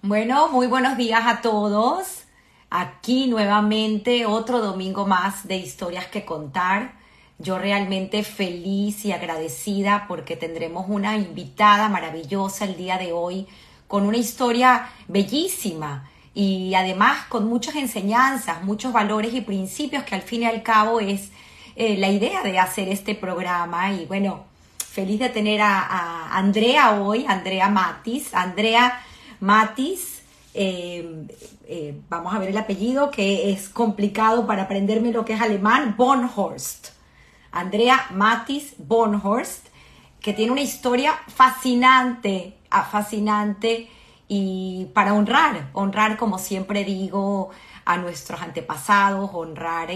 Bueno, muy buenos días a todos. Aquí nuevamente otro domingo más de historias que contar. Yo realmente feliz y agradecida porque tendremos una invitada maravillosa el día de hoy con una historia bellísima y además con muchas enseñanzas, muchos valores y principios que al fin y al cabo es la idea de hacer este programa. Y bueno, feliz de tener a Andrea hoy, Andrea Matis. Andrea Matis, vamos a ver el apellido que es complicado para aprenderme lo que es alemán, Bornhorst. Andrea Matis Bornhorst, que tiene una historia fascinante, fascinante y para honrar como siempre digo a nuestros antepasados, honrar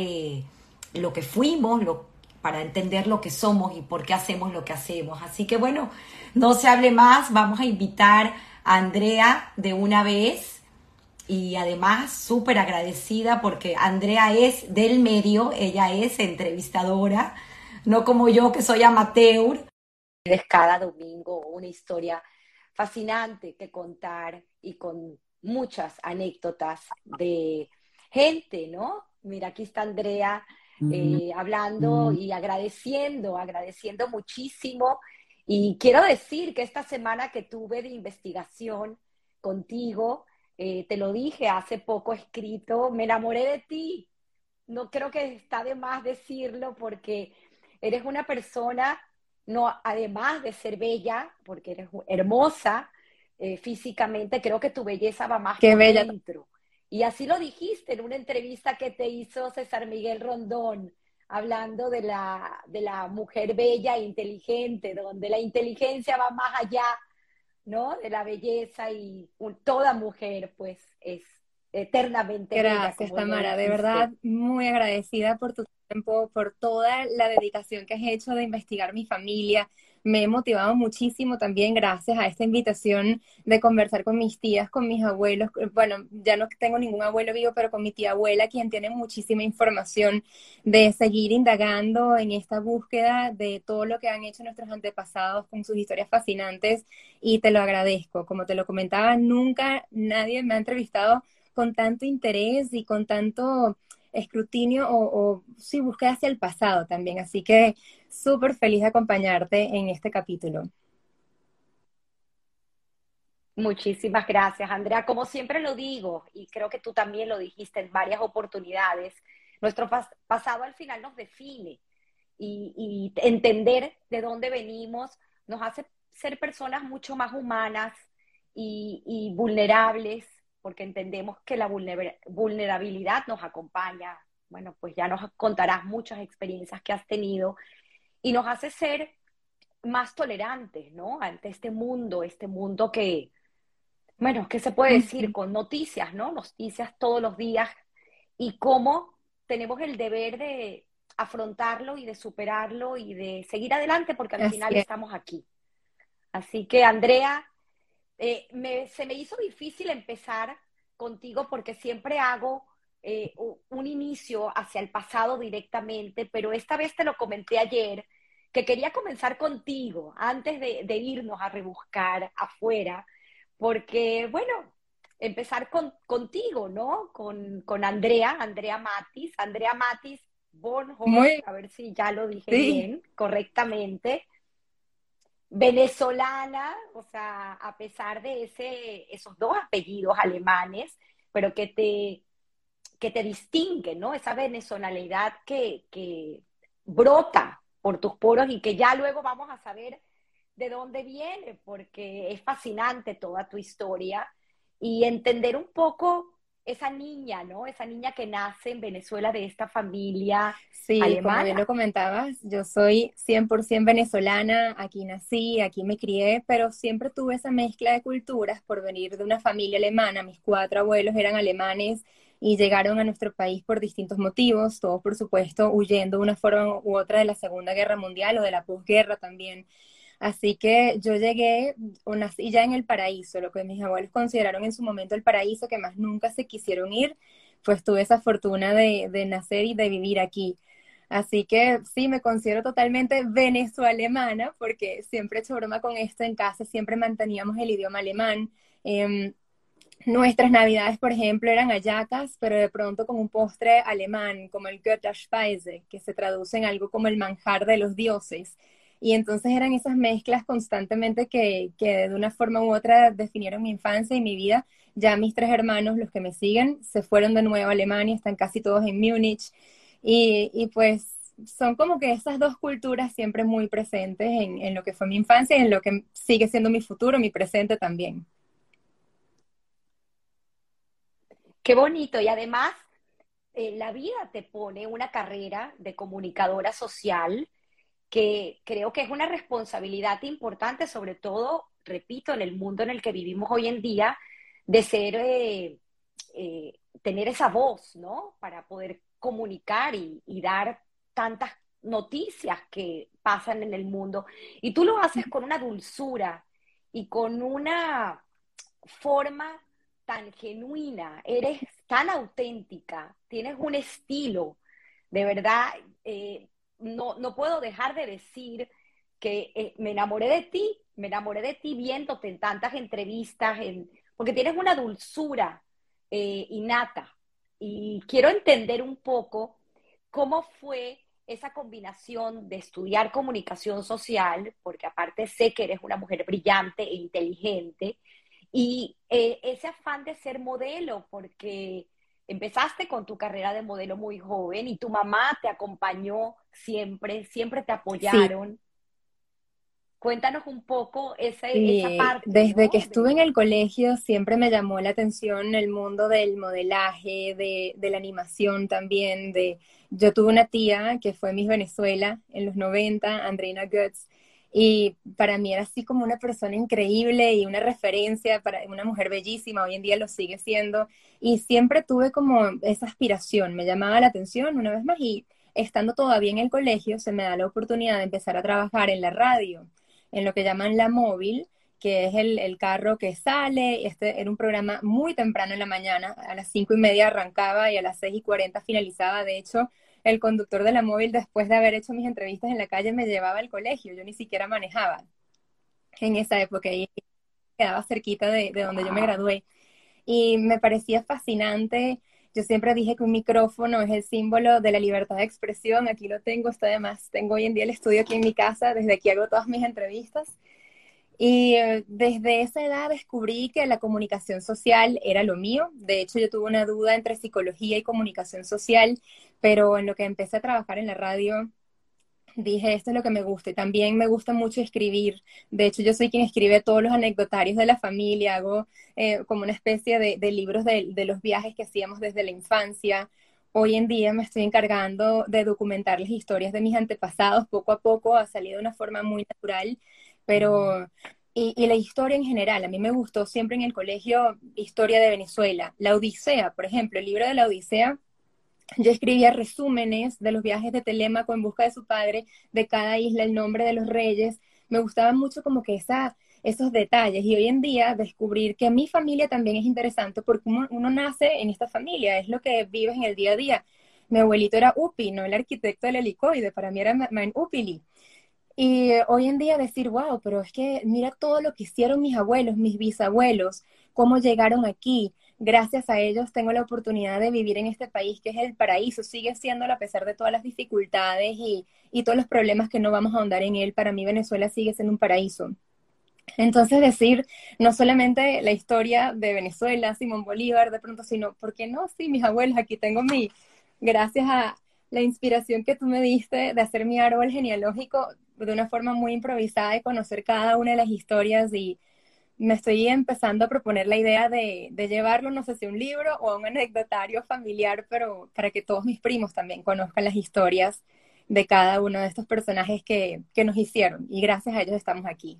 lo que fuimos, para entender lo que somos y por qué hacemos lo que hacemos. Así que bueno, no se hable más, vamos a invitar a Andrea de una vez y además súper agradecida porque Andrea es del medio, ella es entrevistadora, no como yo que soy amateur. Es cada domingo una historia fascinante que contar y con muchas anécdotas de gente, ¿no? Mira, aquí está Andrea hablando y agradeciendo muchísimo. Y quiero decir que esta semana que tuve de investigación contigo, te lo dije hace poco escrito, me enamoré de ti. No creo que está de más decirlo porque eres una persona, no, además de ser bella, porque eres hermosa físicamente, creo que tu belleza va más Qué por bella. dentro. Y así lo dijiste en una entrevista que te hizo César Miguel Rondón, hablando de la mujer bella e inteligente, donde la inteligencia va más allá, ¿no? De la belleza y toda mujer, pues, es eternamente bella, Gracias, como lo Tamara. De verdad, dijiste. muy agradecida por tu tiempo, por toda la dedicación que has hecho de investigar mi familia. Me he motivado muchísimo también gracias a esta invitación de conversar con mis tías, con mis abuelos. Bueno, ya no tengo ningún abuelo vivo, pero con mi tía abuela, quien tiene muchísima información de seguir indagando en esta búsqueda de todo lo que han hecho nuestros antepasados con sus historias fascinantes. Y te lo agradezco. Como te lo comentaba, nunca nadie me ha entrevistado con tanto interés y con tanto escrutinio o sí, búsqueda hacia el pasado también. Así que súper feliz de acompañarte en este capítulo. Muchísimas gracias, Andrea. Como siempre lo digo, y creo que tú también lo dijiste en varias oportunidades, nuestro pasado al final nos define y entender de dónde venimos nos hace ser personas mucho más humanas y vulnerables, porque entendemos que la vulnerabilidad nos acompaña. Bueno, pues ya nos contarás muchas experiencias que has tenido y nos hace ser más tolerantes, ¿no? Ante este mundo que bueno, ¿qué se puede decir? Ujú. Con noticias, ¿no? Noticias todos los días y cómo tenemos el deber de afrontarlo y de superarlo y de seguir adelante porque al Así final es. estamos aquí. Así que, Andrea, se me hizo difícil empezar contigo porque siempre hago un inicio hacia el pasado directamente, pero esta vez te lo comenté ayer, que quería comenzar contigo antes de irnos a rebuscar afuera, porque, bueno, empezar contigo, ¿no? Con Andrea, Andrea Matis Bornhorst, Muy, a ver si ya lo dije sí. bien, correctamente venezolana, o sea, a pesar de esos dos apellidos alemanes, pero que te distinguen, ¿no? Esa venezolanidad que brota por tus poros y que ya luego vamos a saber de dónde viene, porque es fascinante toda tu historia y entender un poco esa niña, ¿no? Esa niña que nace en Venezuela de esta familia Sí, como bien lo alemana. comentabas, yo soy 100% venezolana, aquí nací, aquí me crié, pero siempre tuve esa mezcla de culturas por venir de una familia alemana. Mis cuatro abuelos eran alemanes y llegaron a nuestro país por distintos motivos, todos por supuesto huyendo de una forma u otra de la Segunda Guerra Mundial o de la posguerra también. Así que yo llegué o nací ya en el paraíso, lo que mis abuelos consideraron en su momento el paraíso, que más nunca se quisieron ir, pues tuve esa fortuna de nacer y de vivir aquí. Así que sí, me considero totalmente venezoalemana, porque siempre he hecho broma con esto en casa, siempre manteníamos el idioma alemán. Nuestras navidades, por ejemplo, eran hallacas, pero de pronto con un postre alemán, como el Götterspeise, que se traduce en algo como el manjar de los dioses. Y entonces eran esas mezclas constantemente que de una forma u otra definieron mi infancia y mi vida. Ya mis tres hermanos, los que me siguen, se fueron de nuevo a Alemania, están casi todos en Múnich. Y pues son como que esas dos culturas siempre muy presentes en lo que fue mi infancia y en lo que sigue siendo mi futuro, mi presente también. Qué bonito. Y además, la vida te pone una carrera de comunicadora social que creo que es una responsabilidad importante, sobre todo, repito, en el mundo en el que vivimos hoy en día, de ser, tener esa voz, ¿no? Para poder comunicar y dar tantas noticias que pasan en el mundo. Y tú lo haces con una dulzura y con una forma tan genuina, eres tan auténtica, tienes un estilo, de verdad, no puedo dejar de decir que me enamoré de ti viéndote en tantas entrevistas, porque tienes una dulzura innata. Y quiero entender un poco cómo fue esa combinación de estudiar comunicación social, porque aparte sé que eres una mujer brillante e inteligente, y ese afán de ser modelo, porque empezaste con tu carrera de modelo muy joven y tu mamá te acompañó siempre, siempre te Sí. apoyaron. Cuéntanos un poco esa Sí, parte, desde que ¿no? estuve en el colegio siempre me llamó la atención el mundo del modelaje, de la animación también. Yo tuve una tía que fue Miss Venezuela en los 90, Andreina Götz, y para mí era así como una persona increíble y una referencia para una mujer bellísima, hoy en día lo sigue siendo, y siempre tuve como esa aspiración, me llamaba la atención una vez más, y estando todavía en el colegio se me da la oportunidad de empezar a trabajar en la radio en lo que llaman la móvil, que es el carro que sale. Este era un programa muy temprano en la mañana, a las 5:30 arrancaba y a las 6:40 finalizaba. De hecho, el conductor de la móvil, después de haber hecho mis entrevistas en la calle, me llevaba al colegio. Yo ni siquiera manejaba en esa época y quedaba cerquita de donde yo me Wow. gradué. Y me parecía fascinante. Yo siempre dije que un micrófono es el símbolo de la libertad de expresión. Aquí lo tengo, está además. Tengo hoy en día el estudio aquí en mi casa, desde aquí hago todas mis entrevistas. Y desde esa edad descubrí que la comunicación social era lo mío. De hecho, yo tuve una duda entre psicología y comunicación social, pero en lo que empecé a trabajar en la radio, dije, esto es lo que me gusta. Y también me gusta mucho escribir. De hecho, yo soy quien escribe todos los anecdotarios de la familia. Hago como una especie de libros de los viajes que hacíamos desde la infancia. Hoy en día me estoy encargando de documentar las historias de mis antepasados. Poco a poco ha salido de una forma muy natural, pero... Y la historia en general, a mí me gustó siempre en el colegio historia de Venezuela. La Odisea, por ejemplo, el libro de la Odisea, yo escribía resúmenes de los viajes de Telémaco en busca de su padre, de cada isla, el nombre de los reyes. Me gustaba mucho como que esos detalles. Y hoy en día descubrir que mi familia también es interesante porque uno nace en esta familia, es lo que vives en el día a día. Mi abuelito era Upi, no el arquitecto del helicoide, para mí era Main Upili. Y hoy en día decir, wow, pero es que mira todo lo que hicieron mis abuelos, mis bisabuelos, cómo llegaron aquí. Gracias a ellos tengo la oportunidad de vivir en este país que es el paraíso, sigue siéndolo a pesar de todas las dificultades y todos los problemas que no vamos a ahondar en él. Para mí Venezuela sigue siendo un paraíso. Entonces decir no solamente la historia de Venezuela, Simón Bolívar, de pronto, sino, ¿por qué no? Sí, mis abuelos, aquí tengo gracias a la inspiración que tú me diste de hacer mi árbol genealógico de una forma muy improvisada y conocer cada una de las historias y me estoy empezando a proponer la idea de llevarlo, no sé si a un libro o a un anecdotario familiar, pero para que todos mis primos también conozcan las historias de cada uno de estos personajes que nos hicieron y gracias a ellos estamos aquí.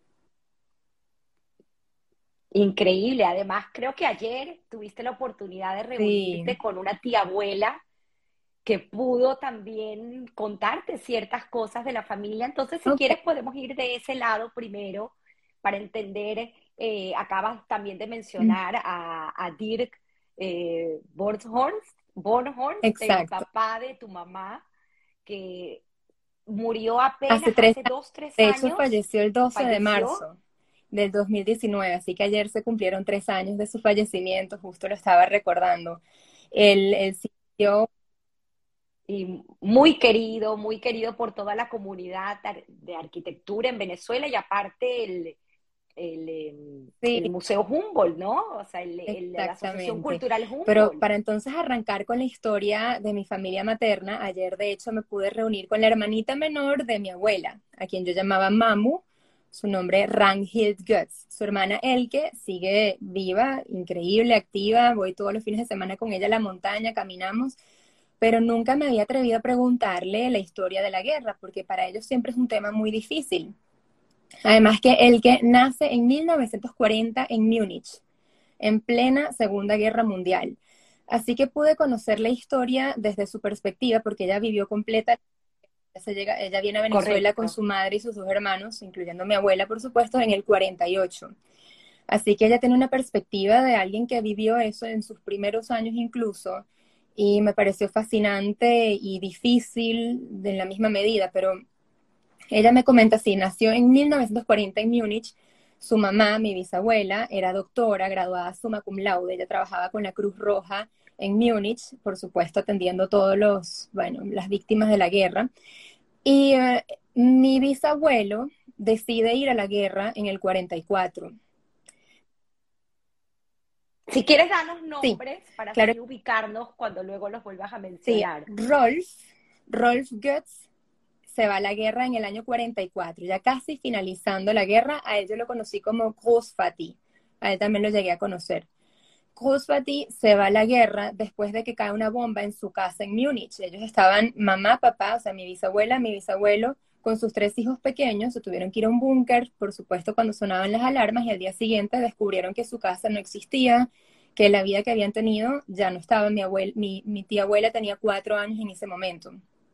Increíble. Además, creo que ayer tuviste la oportunidad de Sí. reunirte con una tía abuela que pudo también contarte ciertas cosas de la familia. Entonces, si Ok. quieres, podemos ir de ese lado primero para entender. Acabas también de mencionar a Dirk Bornhorst, el Exacto. papá de tu mamá, que murió apenas Hace tres hace años, 2, 3 de hecho años, falleció el 12 de falleció. marzo del 2019, así que ayer se cumplieron 3 años de su fallecimiento, justo lo estaba recordando. El sitio, Y muy querido por toda la comunidad de arquitectura en Venezuela y aparte sí, el Museo Humboldt, ¿no? O sea, la Asociación exactamente. Cultural Pero Humboldt. para entonces arrancar con la historia de mi familia materna, ayer de hecho me pude reunir con la hermanita menor de mi abuela, a quien yo llamaba Mamu, su nombre Ragnhild Götz. Su hermana Elke sigue viva, increíble, activa, voy todos los fines de semana con ella a la montaña, caminamos, pero nunca me había atrevido a preguntarle la historia de la guerra, porque para ellos siempre es un tema muy difícil. Además que Elke nace en 1940 en Múnich, en plena Segunda Guerra Mundial. Así que pude conocer la historia desde su perspectiva, porque ella vivió completa. Ella viene a Venezuela con Correcto. su madre y sus dos hermanos, incluyendo mi abuela, por supuesto, en el 48. Así que ella tiene una perspectiva de alguien que vivió eso en sus primeros años incluso, y me pareció fascinante y difícil en la misma medida, pero ella me comenta así, nació en 1940 en Múnich, su mamá, mi bisabuela, era doctora, graduada summa cum laude, ella trabajaba con la Cruz Roja en Múnich, por supuesto atendiendo todos bueno, las víctimas de la guerra. Y mi bisabuelo decide ir a la guerra en el 44. Si quieres darnos Sí, nombres para claro, así ubicarnos cuando luego los vuelvas a sí, mencionar. Rolf Goetz se va a la guerra en el año 44, ya casi finalizando la guerra. A él yo lo conocí como Großvati, a él también lo llegué a conocer. Großvati se va a la guerra después de que cae una bomba en su casa en Múnich. Ellos estaban, mamá, papá, o sea, mi bisabuela, mi bisabuelo, con sus 3 hijos pequeños, se tuvieron que ir a un búnker, por supuesto, cuando sonaban las alarmas, y al día siguiente descubrieron que su casa no existía, que la vida que habían tenido ya no estaba. Mi tía abuela tenía 4 años en ese momento.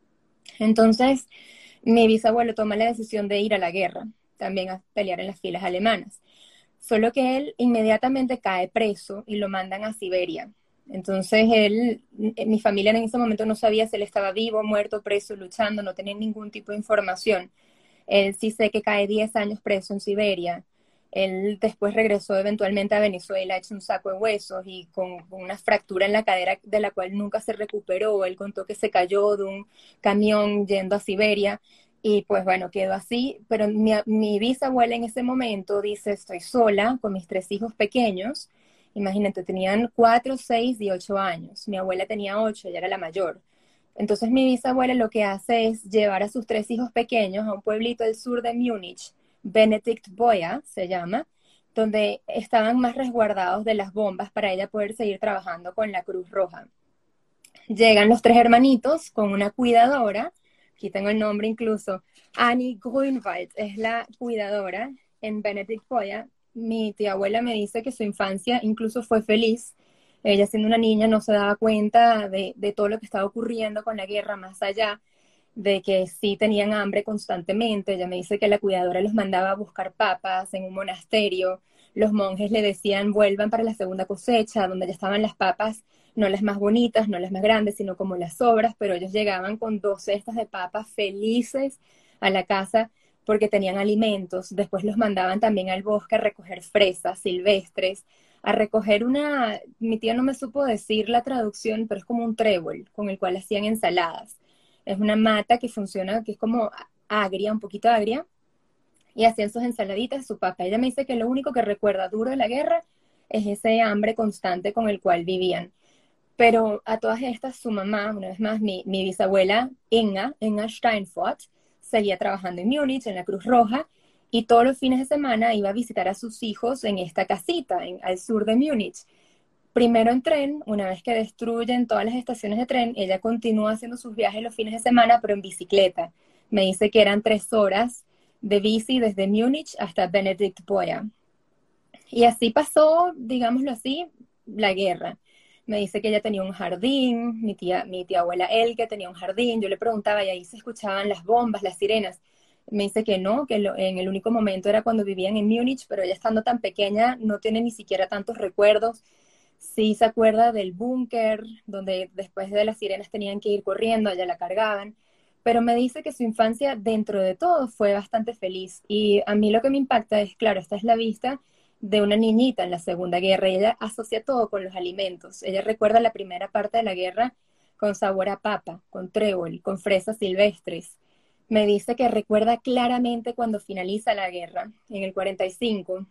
Entonces, mi bisabuelo toma la decisión de ir a la guerra, también a pelear en las filas alemanas. Solo que él inmediatamente cae preso y lo mandan a Siberia. Entonces mi familia en ese momento no sabía si él estaba vivo, muerto, preso, luchando, no tenía ningún tipo de información. Él sí sé que cae 10 años preso en Siberia. Él después regresó eventualmente a Venezuela, hecho un saco de huesos y con una fractura en la cadera de la cual nunca se recuperó. Él contó que se cayó de un camión yendo a Siberia y pues bueno, quedó así. Pero mi bisabuela en ese momento dice, estoy sola con mis 3 hijos pequeños. Imagínate, tenían 4, 6 y 8 años. Mi abuela tenía 8, ella era la mayor. Entonces mi bisabuela lo que hace es llevar a sus 3 hijos pequeños a un pueblito del sur de Múnich, Benedikt Boya se llama, donde estaban más resguardados de las bombas para ella poder seguir trabajando con la Cruz Roja. Llegan los 3 hermanitos con una cuidadora, aquí tengo el nombre incluso, Annie Grünwald es la cuidadora en Benedikt Boya. Mi tía abuela me dice que su infancia incluso fue feliz. Ella siendo una niña no se daba cuenta de todo lo que estaba ocurriendo con la guerra, más allá de que sí tenían hambre constantemente. Ella me dice que la cuidadora los mandaba a buscar papas en un monasterio. Los monjes le decían vuelvan para la segunda cosecha, donde ya estaban las papas, no las más bonitas, no las más grandes, sino como las sobras, pero ellos llegaban con 2 cestas de papas felices a la casa porque tenían alimentos. Después los mandaban también al bosque a recoger fresas silvestres, a recoger mi tía no me supo decir la traducción, pero es como un trébol con el cual hacían ensaladas. Es una mata que funciona, que es como agria, un poquito agria, y hacían sus ensaladitas, su papa. Ella me dice que lo único que recuerda duro de la guerra es ese hambre constante con el cual vivían. Pero a todas estas, su mamá, una vez más, mi bisabuela Inga Steinfurt, seguía trabajando en Múnich, en la Cruz Roja, y todos los fines de semana iba a visitar a sus hijos en esta casita, al sur de Múnich. Primero en tren, una vez que destruyen todas las estaciones de tren, ella continúa haciendo sus viajes los fines de semana, pero en bicicleta. Me dice que eran 3 horas de bici desde Múnich hasta Benedikt Boya. Y así pasó, digámoslo así, la guerra. Me dice que ella tenía un jardín, mi tía abuela Elke tenía un jardín. Yo le preguntaba y ahí se escuchaban las bombas, las sirenas. Me dice que no, que en el único momento era cuando vivían en Múnich, pero ella estando tan pequeña no tiene ni siquiera tantos recuerdos. Sí se acuerda del búnker, donde después de las sirenas tenían que ir corriendo, allá la cargaban, pero me dice que su infancia dentro de todo fue bastante feliz. Y a mí lo que me impacta es, claro, esta es la vista de una niñita en la Segunda Guerra y ella asocia todo con los alimentos. Ella recuerda la primera parte de la guerra con sabor a papa, con trébol, con fresas silvestres. Me dice que recuerda claramente cuando finaliza la guerra, en el 45.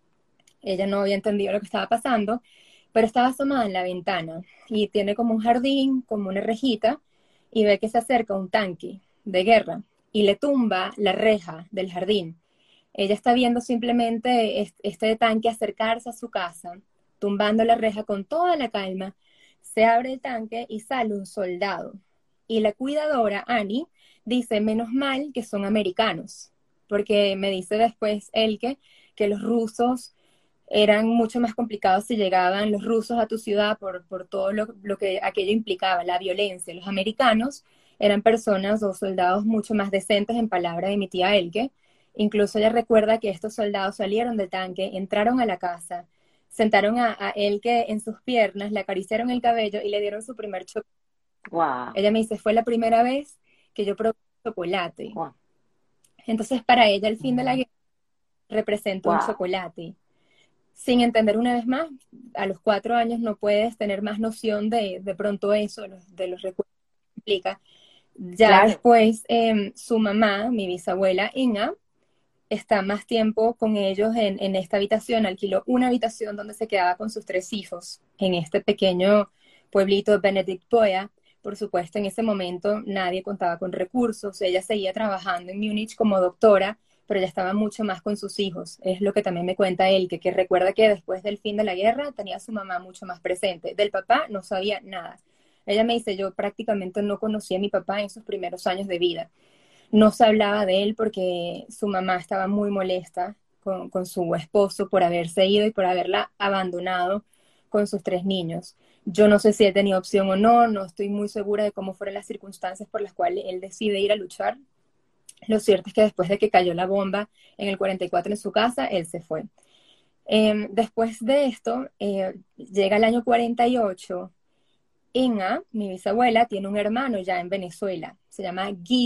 Ella no había entendido lo que estaba pasando, pero estaba asomada en la ventana y tiene como un jardín, como una rejita, y ve que se acerca un tanque de guerra y le tumba la reja del jardín. Ella está viendo simplemente este tanque acercarse a su casa, tumbando la reja con toda la calma. Se abre el tanque y sale un soldado. Y la cuidadora, Annie, dice, menos mal que son americanos, porque me dice después que los rusos eran mucho más complicados si llegaban los rusos a tu ciudad por todo lo que aquello implicaba, la violencia. Los americanos eran personas o soldados mucho más decentes en palabra de mi tía Elke. Incluso ella recuerda que estos soldados salieron del tanque, entraron a la casa, sentaron a Elke en sus piernas, le acariciaron el cabello y le dieron su primer chocolate. Wow, Ella me dice, fue la primera vez que yo probé chocolate. wow, Entonces para ella el fin de la guerra representa un wow. chocolate sin entender una vez más, a los 4 años no puedes tener más noción de pronto eso, de los recuerdos que implica. Ya Claro. después, su mamá, mi bisabuela Inga, está más tiempo con ellos en esta habitación, alquiló una habitación donde se quedaba con sus 3 hijos, en este pequeño pueblito de Benedict Boya. Por supuesto, en ese momento nadie contaba con recursos, ella seguía trabajando en Múnich como doctora, pero ya estaba mucho más con sus hijos. Es lo que también me cuenta él, que recuerda que después del fin de la guerra tenía a su mamá mucho más presente. Del papá no sabía nada. Ella me dice, yo prácticamente no conocí a mi papá en sus primeros años de vida. No se hablaba de él porque su mamá estaba muy molesta con su esposo por haberse ido y por haberla abandonado con sus 3 niños. Yo no sé si él tenía opción o no, no estoy muy segura de cómo fueron las circunstancias por las cuales él decide ir a luchar. Lo cierto es que después de que cayó la bomba en el 44 en su casa, él se fue. Después de esto, llega el año 48. Inga, mi bisabuela, tiene un hermano ya en Venezuela, se llama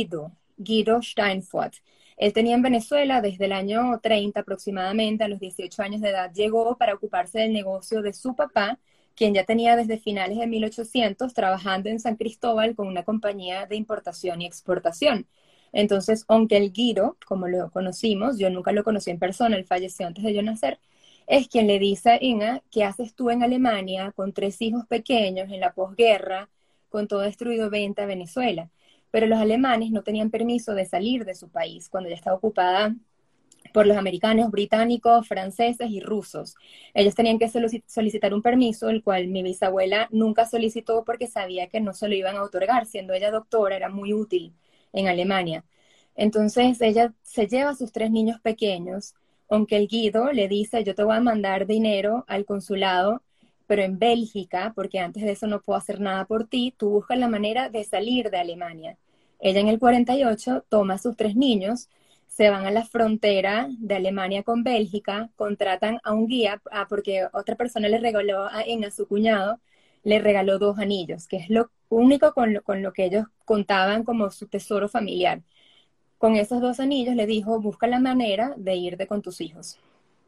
Guido Steinfurt. Él tenía en Venezuela desde el año 30 aproximadamente, a los 18 años de edad, llegó para ocuparse del negocio de su papá, quien ya tenía desde finales de 1800 trabajando en San Cristóbal con una compañía de importación y exportación. Entonces, aunque el Guido, como lo conocimos, yo nunca lo conocí en persona, él falleció antes de yo nacer, es quien le dice a Inga, ¿qué haces tú en Alemania con 3 hijos pequeños en la posguerra, con todo destruido, vente a Venezuela? Pero los alemanes no tenían permiso de salir de su país cuando ya estaba ocupada por los americanos, británicos, franceses y rusos. Ellos tenían que solicitar un permiso, el cual mi bisabuela nunca solicitó porque sabía que no se lo iban a otorgar. Siendo ella doctora, era muy útil en Alemania. Entonces ella se lleva a sus 3 niños pequeños, aunque el Guido le dice, yo te voy a mandar dinero al consulado, pero en Bélgica, porque antes de eso no puedo hacer nada por ti, tú buscas la manera de salir de Alemania. Ella en el 48 toma a sus 3 niños, se van a la frontera de Alemania con Bélgica, contratan a un guía, porque otra persona le regaló a su cuñado, le regaló 2 anillos, que es lo único con lo que ellos contaban como su tesoro familiar. Con esos 2 anillos le dijo, busca la manera de irte con tus hijos.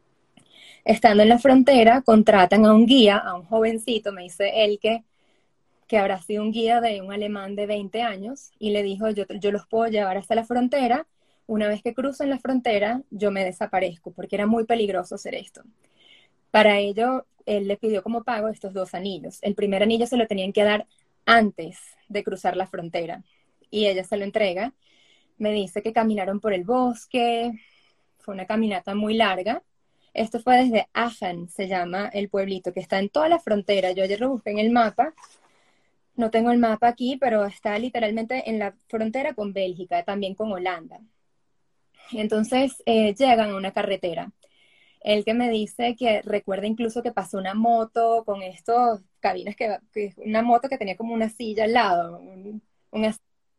Estando en la frontera, contratan a un guía, a un jovencito, me dice él que habrá sido un guía de un alemán de 20 años, y le dijo, yo los puedo llevar hasta la frontera, una vez que crucen la frontera, yo me desaparezco, porque era muy peligroso hacer esto. Para ello, él le pidió como pago estos 2 anillos. El primer anillo se lo tenían que dar antes de cruzar la frontera, y ella se lo entrega. Me dice que caminaron por el bosque, fue una caminata muy larga. Esto fue desde Aachen, se llama el pueblito, que está en toda la frontera. Yo ayer lo busqué en el mapa, no tengo el mapa aquí, pero está literalmente en la frontera con Bélgica, también con Holanda. Entonces llegan a una carretera. El que me dice que recuerda incluso que pasó una moto con estos cabinas, una moto que tenía como una silla al lado, un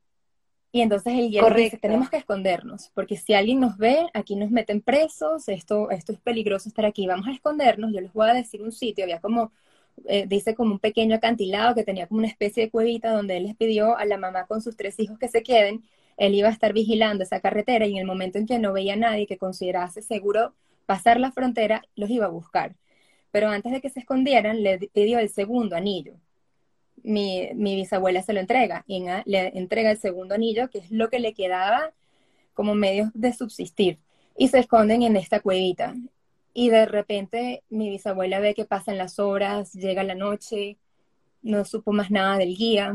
y entonces el guía les dice, Correcto. tenemos que escondernos, porque si alguien nos ve, aquí nos meten presos, esto es peligroso estar aquí, vamos a escondernos, yo les voy a decir un sitio, había como dice como un pequeño acantilado que tenía como una especie de cuevita donde él les pidió a la mamá con sus 3 hijos que se queden. Él iba a estar vigilando esa carretera y en el momento en que no veía a nadie que considerase seguro pasar la frontera, los iba a buscar. Pero antes de que se escondieran, le pidió el segundo anillo. Mi bisabuela se lo entrega, Inga le entrega el segundo anillo, que es lo que le quedaba como medios de subsistir, y se esconden en esta cuevita. Y de repente mi bisabuela ve que pasan las horas, llega la noche, no supo más nada del guía,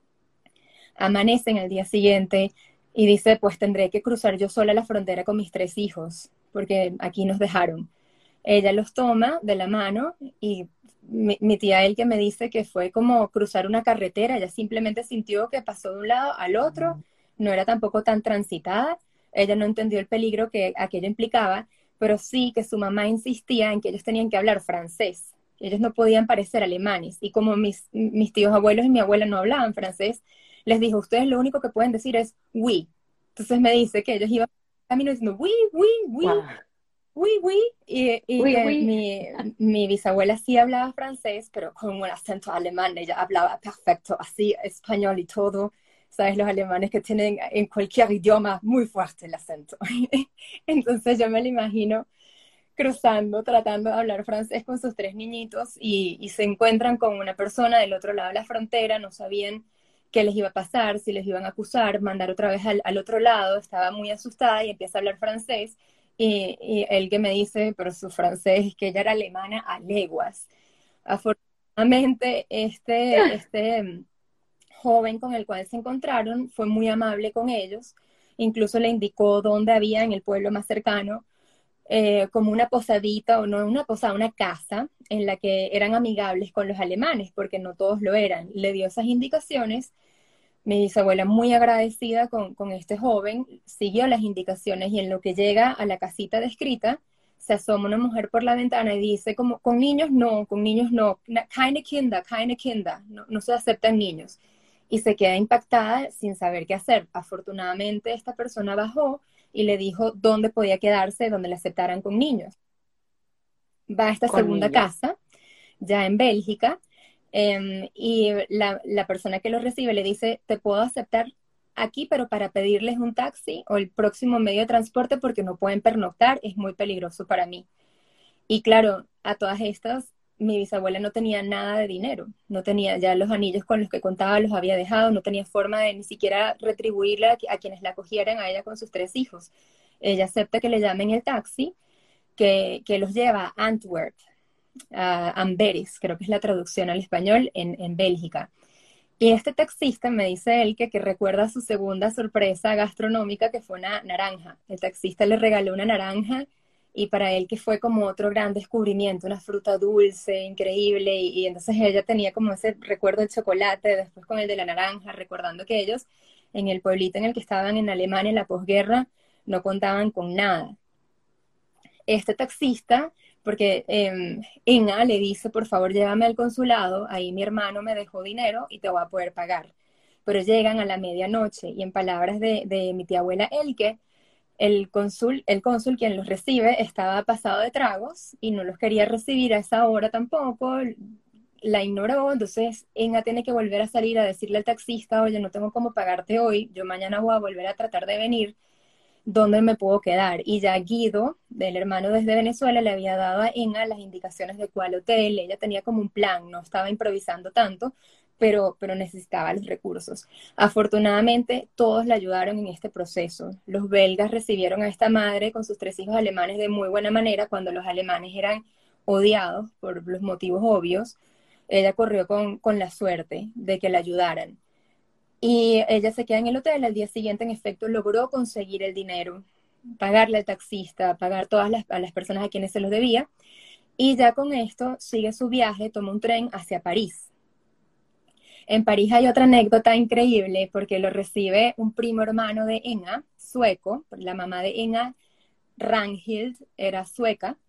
amanecen al día siguiente y dice, pues tendré que cruzar yo sola la frontera con mis 3 hijos, porque aquí nos dejaron. Ella los toma de la mano y mi tía él que me dice que fue como cruzar una carretera, ella simplemente sintió que pasó de un lado al otro, no era tampoco tan transitada, ella no entendió el peligro que aquello implicaba, pero sí que su mamá insistía en que ellos tenían que hablar francés, ellos no podían parecer alemanes, y como mis tíos abuelos y mi abuela no hablaban francés, les dijo, ustedes lo único que pueden decir es oui. Entonces me dice que ellos iban camino diciendo oui, oui, oui, Wow. oui, oui, y Uy, que uy. mi bisabuela sí hablaba francés, pero con un acento alemán, ella hablaba perfecto, así español y todo. Sabes, los alemanes que tienen en cualquier idioma muy fuerte el acento. Entonces yo me lo imagino cruzando, tratando de hablar francés con sus 3 niñitos y se encuentran con una persona del otro lado de la frontera, no sabían qué les iba a pasar, si les iban a acusar, mandar otra vez al otro lado, estaba muy asustada y empieza a hablar francés y él que me dice, pero su francés, que ella era alemana a leguas. Afortunadamente, este joven con el cual se encontraron fue muy amable con ellos, incluso le indicó dónde había en el pueblo más cercano como una posadita, o no una posada, una casa en la que eran amigables con los alemanes, porque no todos lo eran. Le dio esas indicaciones. Mi bisabuela, muy agradecida con este joven, siguió las indicaciones y en lo que llega a la casita descrita, se asoma una mujer por la ventana y dice como, con niños no, keine Kinder, no, no se aceptan niños. Y se queda impactada sin saber qué hacer. Afortunadamente, esta persona bajó y le dijo dónde podía quedarse, donde le aceptaran con niños. Va a esta Con segunda niños. casa, ya en Bélgica, y la persona que lo recibe le dice, te puedo aceptar aquí, pero para pedirles un taxi o el próximo medio de transporte porque no pueden pernoctar, es muy peligroso para mí. Y claro, a todas estas, mi bisabuela no tenía nada de dinero, no tenía ya los anillos con los que contaba, los había dejado, no tenía forma de ni siquiera retribuirle a quienes la acogieran a ella con sus 3 hijos. Ella acepta que le llamen el taxi, que los lleva a Antwerp, a Amberes, creo que es la traducción al español, en Bélgica. Y este taxista me dice él que recuerda su segunda sorpresa gastronómica, que fue una naranja. El taxista le regaló una naranja y para él que fue como otro gran descubrimiento, una fruta dulce, increíble, y entonces ella tenía como ese recuerdo del chocolate, después con el de la naranja, recordando que ellos en el pueblito en el que estaban en Alemania en la posguerra no contaban con nada. Este taxista, porque Inga le dice, por favor, llévame al consulado, ahí mi hermano me dejó dinero y te voy a poder pagar. Pero llegan a la medianoche y en palabras de mi tía abuela Elke, el cónsul quien los recibe estaba pasado de tragos y no los quería recibir a esa hora tampoco, la ignoró, entonces Inga tiene que volver a salir a decirle al taxista, oye, no tengo cómo pagarte hoy, yo mañana voy a volver a tratar de venir, ¿dónde me puedo quedar? Y ya Guido, del hermano desde Venezuela, le había dado a Inga las indicaciones de cuál hotel, ella tenía como un plan, no estaba improvisando tanto, pero necesitaba los recursos. Afortunadamente, todos le ayudaron en este proceso. Los belgas recibieron a esta madre con sus 3 hijos alemanes de muy buena manera cuando los alemanes eran odiados por los motivos obvios. Ella corrió con la suerte de que la ayudaran. Y ella se queda en el hotel, al día siguiente en efecto logró conseguir el dinero, pagarle al taxista, pagar a las personas a quienes se los debía, y ya con esto sigue su viaje, toma un tren hacia París. En París hay otra anécdota increíble porque lo recibe un primo hermano de Inga, sueco, la mamá de Inga, Ragnhild, era sueca,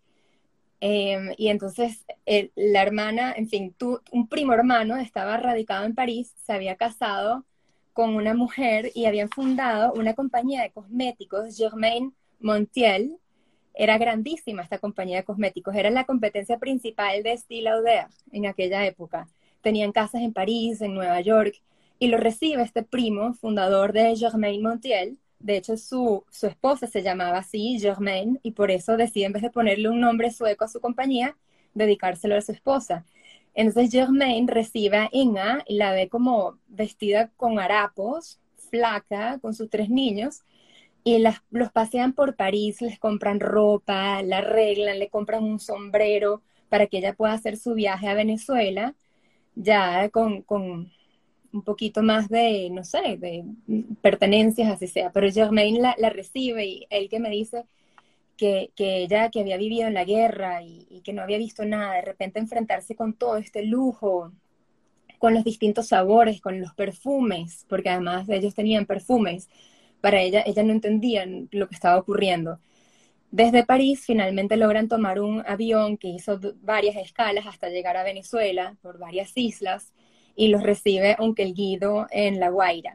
y entonces la hermana, en fin, un primo hermano estaba radicado en París, se había casado con una mujer y habían fundado una compañía de cosméticos, Germaine Montiel, era grandísima esta compañía de cosméticos, era la competencia principal de Estée Lauder en aquella época. Tenían casas en París, en Nueva York, y lo recibe este primo, fundador de Germaine Montiel. De hecho, su esposa se llamaba así, Germaine, y por eso decide, en vez de ponerle un nombre sueco a su compañía, dedicárselo a su esposa. Entonces Germaine recibe a Inga y la ve como vestida con harapos, flaca, con sus tres niños, y los pasean por París, les compran ropa, la arreglan, le compran un sombrero para que ella pueda hacer su viaje a Venezuela, ya con un poquito más de, no sé, de pertenencias, así sea. Pero Germaine la recibe y él que me dice que ella que había vivido en la guerra y que no había visto nada, de repente enfrentarse con todo este lujo, con los distintos sabores, con los perfumes, porque además ellos tenían perfumes, para ella no entendía lo que estaba ocurriendo. Desde París finalmente logran tomar un avión que hizo varias escalas hasta llegar a Venezuela por varias islas y los recibe Onkel Guido en La Guaira.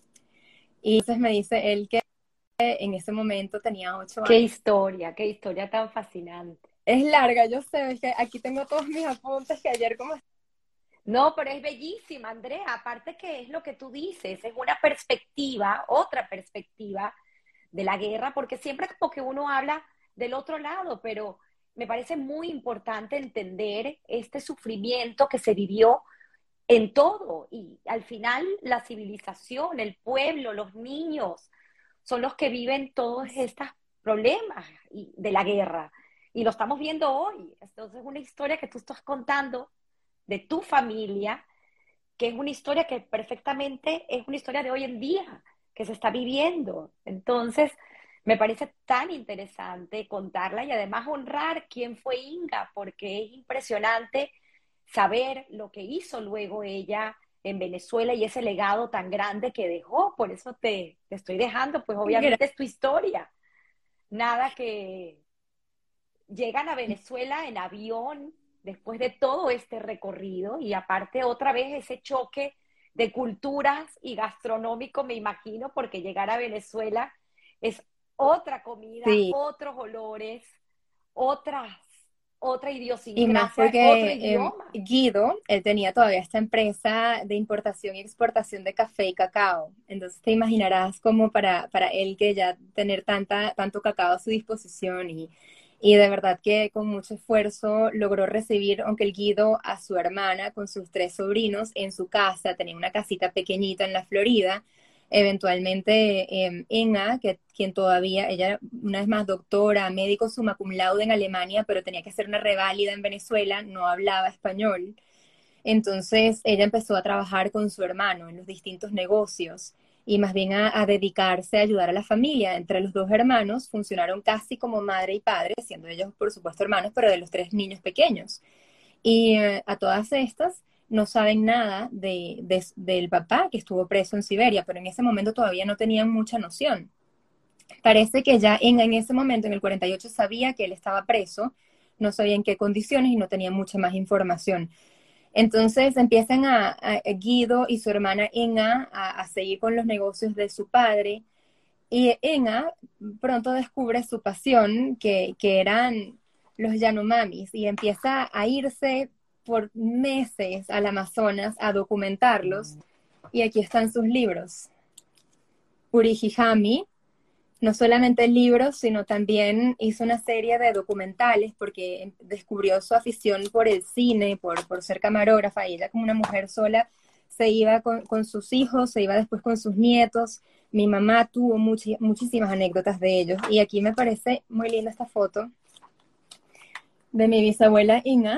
Y entonces me dice él que en ese momento tenía 8 años. Qué historia tan fascinante. Es larga, yo sé, es que aquí tengo todos mis apuntes que ayer como... No, pero es bellísima, Andrea. Aparte que es lo que tú dices, es una perspectiva, otra perspectiva de la guerra, porque siempre como que uno habla del otro lado, pero me parece muy importante entender este sufrimiento que se vivió en todo y al final la civilización, el pueblo, los niños son los que viven todos estos problemas de la guerra y lo estamos viendo hoy. Entonces es una historia que tú estás contando de tu familia, que es una historia que perfectamente es una historia de hoy en día, que se está viviendo. Entonces, me parece tan interesante contarla y además honrar quién fue Inga, porque es impresionante saber lo que hizo luego ella en Venezuela y ese legado tan grande que dejó. Por eso te estoy dejando, pues obviamente es tu historia. Nada que llegan a Venezuela en avión después de todo este recorrido y aparte otra vez ese choque de culturas y gastronómico, me imagino, porque llegar a Venezuela es otra comida, Sí, otros olores, otras, otra y más idiosincrasia, otro porque idioma. Guido, él tenía todavía esta empresa de importación y exportación de café y cacao. Entonces te imaginarás como para él que ya tener tanto cacao a su disposición y de verdad que con mucho esfuerzo logró recibir, aunque el Guido, a su hermana con sus tres sobrinos en su casa, tenía una casita pequeñita en la Florida. Eventualmente Inga, quien todavía, ella una vez más doctora, médico summa cum laude en Alemania, pero tenía que hacer una reválida en Venezuela, no hablaba español. Entonces ella empezó a trabajar con su hermano en los distintos negocios y más bien a dedicarse a ayudar a la familia. Entre los dos hermanos funcionaron casi como madre y padre, siendo ellos por supuesto hermanos, pero de los tres niños pequeños. Y a todas estas no saben nada del papá que estuvo preso en Siberia, pero en ese momento todavía no tenían mucha noción. Parece que ya en ese momento, en el 48, sabía que él estaba preso, no sabía en qué condiciones y no tenía mucha más información. Entonces empiezan a Guido y su hermana Inga a seguir con los negocios de su padre y Inga pronto descubre su pasión, que eran los Yanomamis, y empieza a irse por meses al Amazonas a documentarlos. Y aquí están sus libros. Urihihami, no solamente libros, sino también hizo una serie de documentales porque descubrió su afición por el cine, por ser camarógrafa, y ella como una mujer sola se iba con sus hijos, se iba después con sus nietos. Mi mamá tuvo muchísimas anécdotas de ellos y aquí me parece muy linda esta foto de mi bisabuela Inga,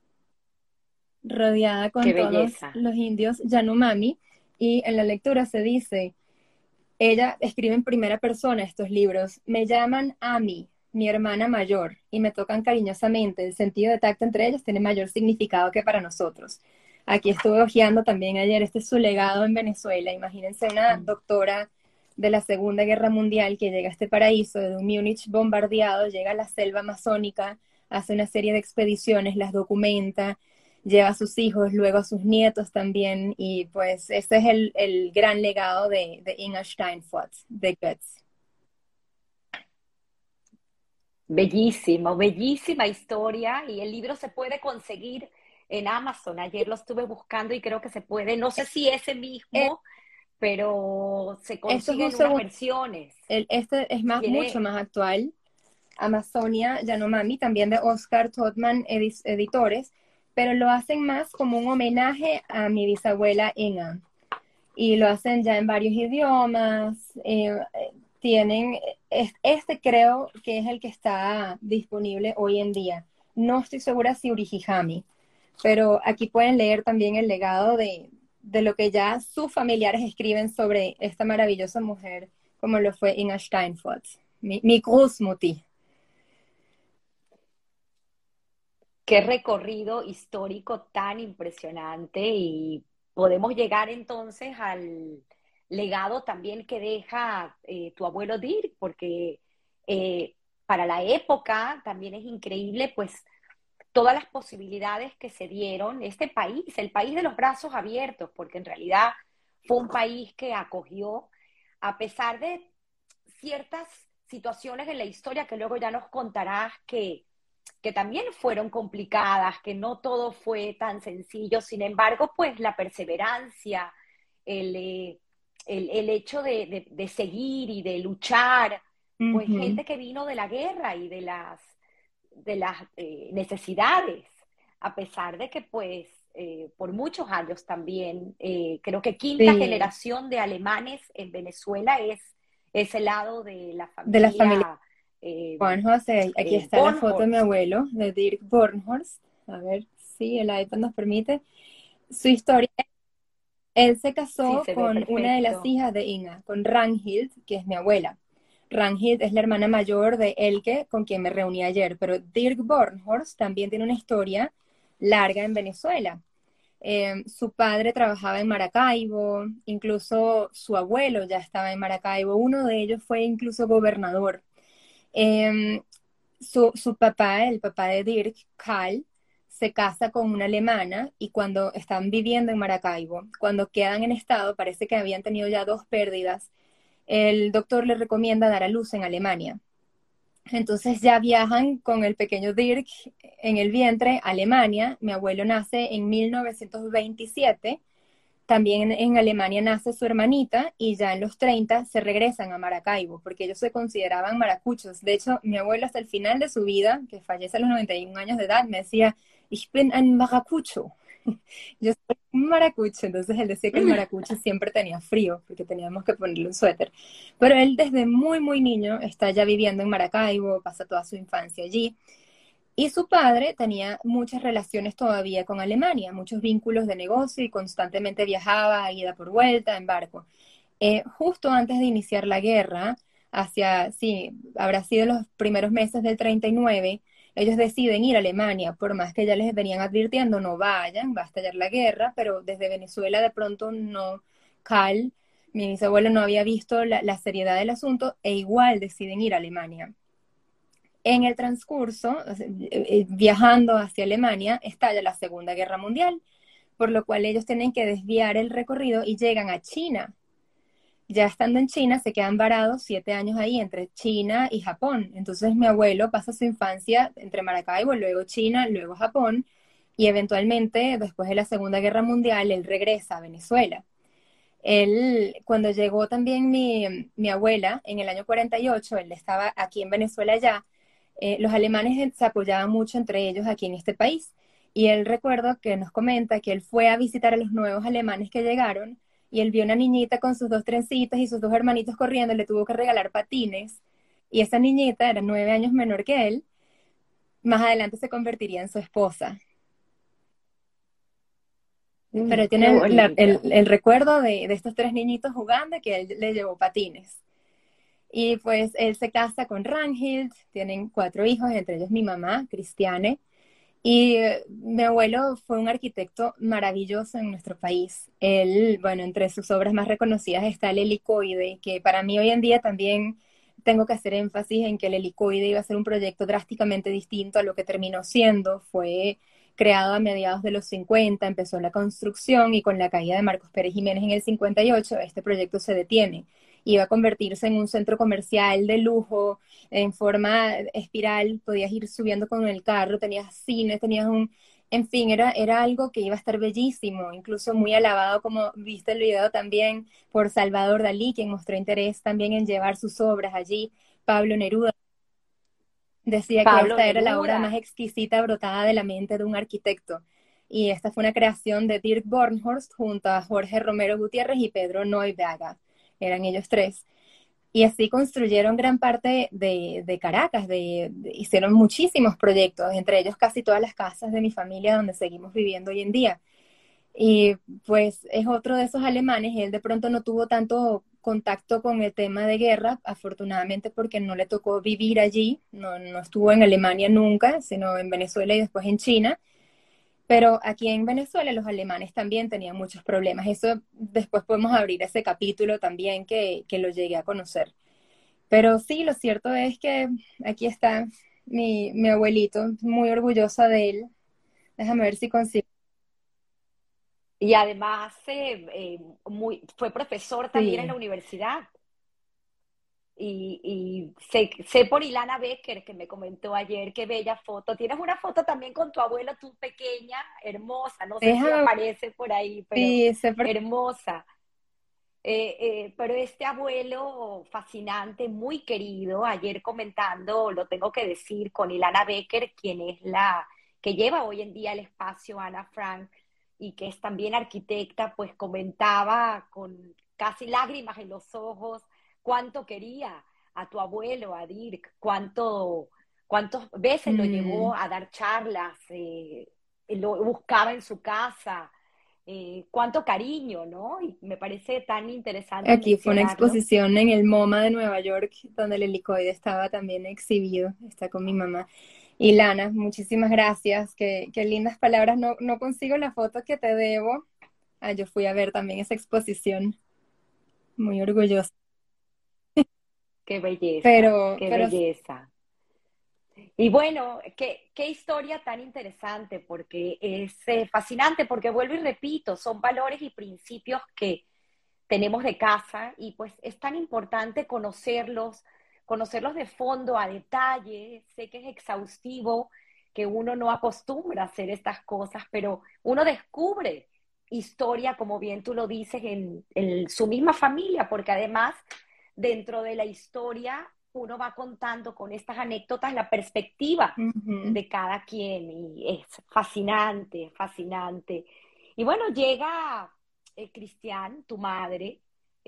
rodeada Qué con todos belleza. los indios Yanomami, y en la lectura se dice, ella escribe en primera persona estos libros. Me llaman Ami, mi hermana mayor, y me tocan cariñosamente. El sentido de tacto entre ellos tiene mayor significado que para nosotros. Aquí estuve hojeando también ayer, este es su legado en Venezuela. Imagínense una doctora de la Segunda Guerra Mundial que llega a este paraíso de un Múnich bombardeado, llega a la selva amazónica, hace una serie de expediciones, las documenta, lleva a sus hijos, luego a sus nietos también, y pues ese es el gran legado de Inga Steinfurt, de Goetz. Bellísimo, bellísima historia y el libro se puede conseguir en Amazon. Ayer lo estuve buscando y creo que se puede, no sé si ese Eh, mismo, pero se Esto es consigue un en unas segundo, versiones. este es más, mucho Tiene, más actual. Amazonia Yanomami, también de Oscar Todman Editores, pero lo hacen más como un homenaje a mi bisabuela Inga. Y lo hacen ya en varios idiomas. Tienen, este creo que es el que está disponible hoy en día. No estoy segura si Orihijami, pero aquí pueden leer también el legado de lo que ya sus familiares escriben sobre esta maravillosa mujer, como lo fue Inga Steinfurt, mi Großmutti. qué recorrido histórico tan impresionante y podemos llegar entonces al legado también que deja tu abuelo Dirk, porque eh, para la época también es increíble pues todas las posibilidades que se dieron, este país, el país de los brazos abiertos, porque en realidad fue un país que acogió, a pesar de ciertas situaciones en la historia que luego ya nos contarás que también fueron complicadas, que no todo fue tan sencillo, sin embargo, pues la perseverancia, el, eh, el hecho de seguir y de luchar, pues Ujú. gente que vino de la guerra y de las necesidades, a pesar de que pues por muchos años también, creo que quinta Sí, generación de alemanes en Venezuela es ese lado de la de la familia familia Juan José. Aquí está la foto de mi Bornholst. abuelo, de Dirk Bornhorst. A ver si el iPad nos permite. Su historia, él se Sí, casó se ve con una de las perfecto. hijas de Inga, con Ragnhild, que es mi abuela. Ragnhild es la hermana mayor de Elke, con quien me reuní ayer, pero Dirk Bornhorst también tiene una historia larga en Venezuela. Su padre trabajaba en Maracaibo, incluso su abuelo ya estaba en Maracaibo, uno de ellos fue incluso gobernador. Eh, su papá, el papá de Dirk, Karl, se casa con una alemana y cuando están viviendo en Maracaibo, cuando quedan en estado, parece que habían tenido ya dos pérdidas, el doctor le recomienda dar a luz en Alemania. Entonces ya viajan con el pequeño Dirk en el vientre a Alemania. Mi abuelo nace en 1927. También en Alemania nace su hermanita y ya en los 30 se regresan a Maracaibo porque ellos se consideraban maracuchos. De hecho, mi abuelo hasta el final de su vida, que fallece a los 91 años de edad, me decía, ich bin ein Maracucho. Yo soy un maracucho. Entonces él decía que el maracucho siempre tenía frío porque teníamos que ponerle un suéter. Pero él desde muy, muy niño está ya viviendo en Maracaibo, pasa toda su infancia allí. Y su padre tenía muchas relaciones todavía con Alemania, muchos vínculos de negocio y constantemente viajaba, ida por vuelta, en barco. Justo antes de iniciar la guerra, hacia, sí, habrá sido los primeros meses del 39, ellos deciden ir a Alemania, por más que ya les venían advirtiendo, no vayan, va a estallar la guerra, pero desde Venezuela de pronto no, Cal, mi bisabuelo no había visto la seriedad del asunto e igual deciden ir a Alemania. En el transcurso, viajando hacia Alemania, estalla la Segunda Guerra Mundial, por lo cual ellos tienen que desviar el recorrido y llegan a China. Ya estando en China, se quedan varados 7 años ahí entre China y Japón. Entonces mi abuelo pasa su infancia entre Maracaibo, luego China, luego Japón, y eventualmente, después de la Segunda Guerra Mundial, él regresa a Venezuela. Él, cuando llegó también mi abuela en el año 48, él estaba aquí en Venezuela ya, los alemanes se apoyaban mucho entre ellos aquí en este país. Y él recuerdo que nos comenta que él fue a visitar a los nuevos alemanes que llegaron y él vio una niñita con sus dos trencitas y sus dos hermanitos corriendo, le tuvo que regalar patines. Y esa niñita era 9 años menor que él, más adelante se convertiría en su esposa. Pero Qué tienen bonito. el recuerdo de estos tres niñitos jugando y que él le llevó patines. Y pues él se casa con Ragnhild, tienen 4 hijos, entre ellos mi mamá, Cristiane. Y mi abuelo fue un arquitecto maravilloso en nuestro país. Él, bueno, entre sus obras más reconocidas está el helicoide, que para mí hoy en día también tengo que hacer énfasis en que el helicoide iba a ser un proyecto drásticamente distinto a lo que terminó siendo. Fue creado a mediados de los 50, empezó la construcción y con la caída de Marcos Pérez Jiménez en el 58, este proyecto se detiene. iba a convertirse en un centro comercial de lujo, en forma espiral, podías ir subiendo con el carro, tenías cine, tenías un, en fin, era algo que iba a estar bellísimo, incluso muy alabado, como viste el video también, por Salvador Dalí, quien mostró interés también en llevar sus obras allí. Pablo Neruda decía que Pablo esta era la obra más Neruda. exquisita brotada de la mente de un arquitecto. Y esta fue una creación de Dirk Bornhorst junto a Jorge Romero Gutiérrez y Pedro Neuberger. Eran ellos tres. Y así construyeron gran parte de Caracas, hicieron muchísimos proyectos, entre ellos casi todas las casas de mi familia donde seguimos viviendo hoy en día. Y pues es otro de esos alemanes, él de pronto no tuvo tanto contacto con el tema de guerra, afortunadamente porque no le tocó vivir allí, no estuvo en Alemania nunca, sino en Venezuela y después en China, pero aquí en Venezuela los alemanes también tenían muchos problemas. Eso después podemos abrir ese capítulo también que lo llegué a conocer. Pero sí, lo cierto es que aquí está mi abuelito, muy orgullosa de él. Déjame ver si consigo. Y además fue profesor también en la Sí, universidad. Y sé por Ilana Becker, que me comentó ayer, qué bella foto. Tienes una foto también con tu abuelo, tú pequeña, hermosa. No sé si déjame, aparece por ahí, pero sí, sé por hermosa. Pero este abuelo fascinante, muy querido, ayer comentando, lo tengo que decir, con Ilana Becker, quien es la que lleva hoy en día el espacio Ana Frank y que es también arquitecta, pues comentaba con casi lágrimas en los ojos cuánto quería a tu abuelo, a Dirk, cuántas veces lo llevó mm, a dar charlas, lo buscaba en su casa, cuánto cariño, ¿no? Y me parece tan interesante aquí fue una mencionarlo. exposición en el MoMA de Nueva York, donde el helicoide estaba también exhibido, está con mi mamá. Y Lana, muchísimas gracias, qué lindas palabras, no consigo la foto que te debo. Ah, yo fui a ver también esa exposición, muy orgullosa. Qué belleza, Pero, qué pero belleza. Y bueno, qué historia tan interesante, porque es fascinante, porque vuelvo y repito, son valores y principios que tenemos de casa y pues es tan importante conocerlos, conocerlos de fondo, a detalle. Sé que es exhaustivo, que uno no acostumbra a hacer estas cosas, pero uno descubre historia, como bien tú lo dices, en su misma familia, porque además dentro de la historia uno va contando con estas anécdotas la perspectiva ujú, de cada quien y es fascinante, fascinante. Y bueno, llega Cristian, tu madre,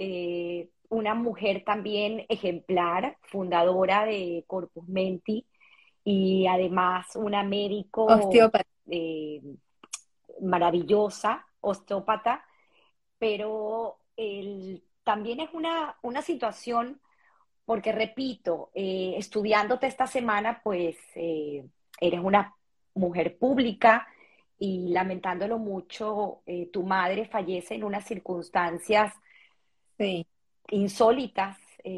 una mujer también ejemplar, fundadora de Corpus Menti y además una médico osteópata. eh, maravillosa, osteópata, pero también es una situación, porque repito, estudiándote esta semana, pues eres una mujer pública y lamentándolo mucho, tu madre fallece en unas circunstancias Sí, insólitas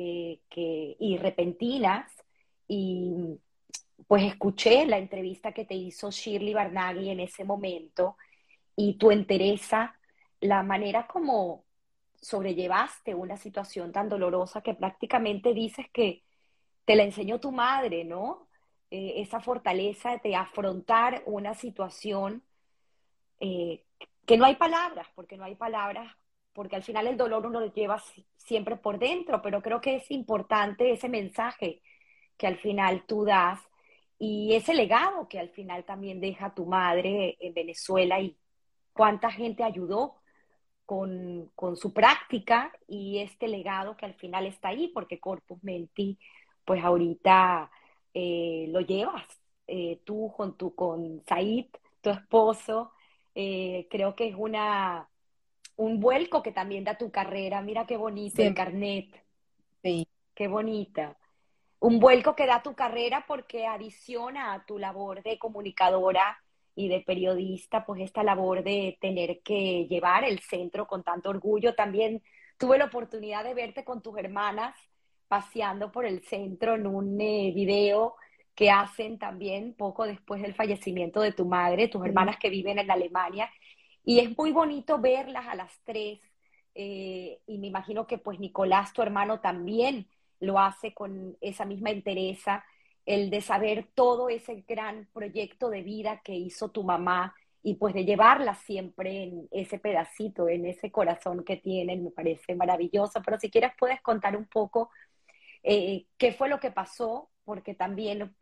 y repentinas. Y pues escuché la entrevista que te hizo Shirley Barnaghi en ese momento y tu entereza, la manera como sobrellevaste una situación tan dolorosa que prácticamente dices que te la enseñó tu madre, ¿no? Esa fortaleza de afrontar una situación eh, que no hay palabras, porque no hay palabras, porque al final el dolor uno lo lleva siempre por dentro, pero creo que es importante ese mensaje que al final tú das y ese legado que al final también deja tu madre en Venezuela y cuánta gente ayudó con su práctica y este legado que al final está ahí, porque Corpus Menti, pues ahorita lo llevas tú con Said, tu esposo. Creo que es un vuelco que también da tu carrera. Mira qué bonito el siempre, carnet, sí. qué bonita. Un vuelco que da tu carrera porque adiciona a tu labor de comunicadora y de periodista, pues esta labor de tener que llevar el centro con tanto orgullo. También tuve la oportunidad de verte con tus hermanas paseando por el centro en un video que hacen también poco después del fallecimiento de tu madre, tus Sí. hermanas que viven en Alemania. Y es muy bonito verlas a las tres y me imagino que pues Nicolás, tu hermano, también lo hace con esa misma entereza, el de saber todo ese gran proyecto de vida que hizo tu mamá y pues de llevarla siempre en ese pedacito, en ese corazón que tienen, me parece maravilloso. Pero si quieres puedes contar un poco qué fue lo que pasó, porque también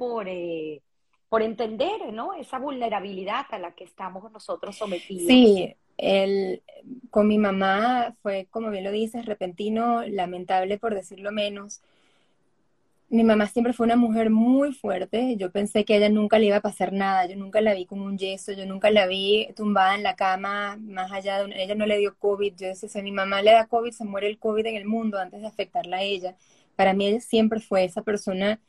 por entender, ¿no? Esa vulnerabilidad a la que estamos nosotros sometidos. Sí, con mi mamá fue, como bien lo dices, repentino, lamentable por decirlo menos. Mi mamá siempre fue una mujer muy fuerte. Yo pensé que a ella nunca le iba a pasar nada. Yo nunca la vi con un yeso, yo nunca la vi tumbada en la cama, más allá de ella no le dio COVID. Yo decía, si a mi mamá le da COVID, se muere el COVID en el mundo antes de afectarla a ella. Para mí ella siempre fue esa persona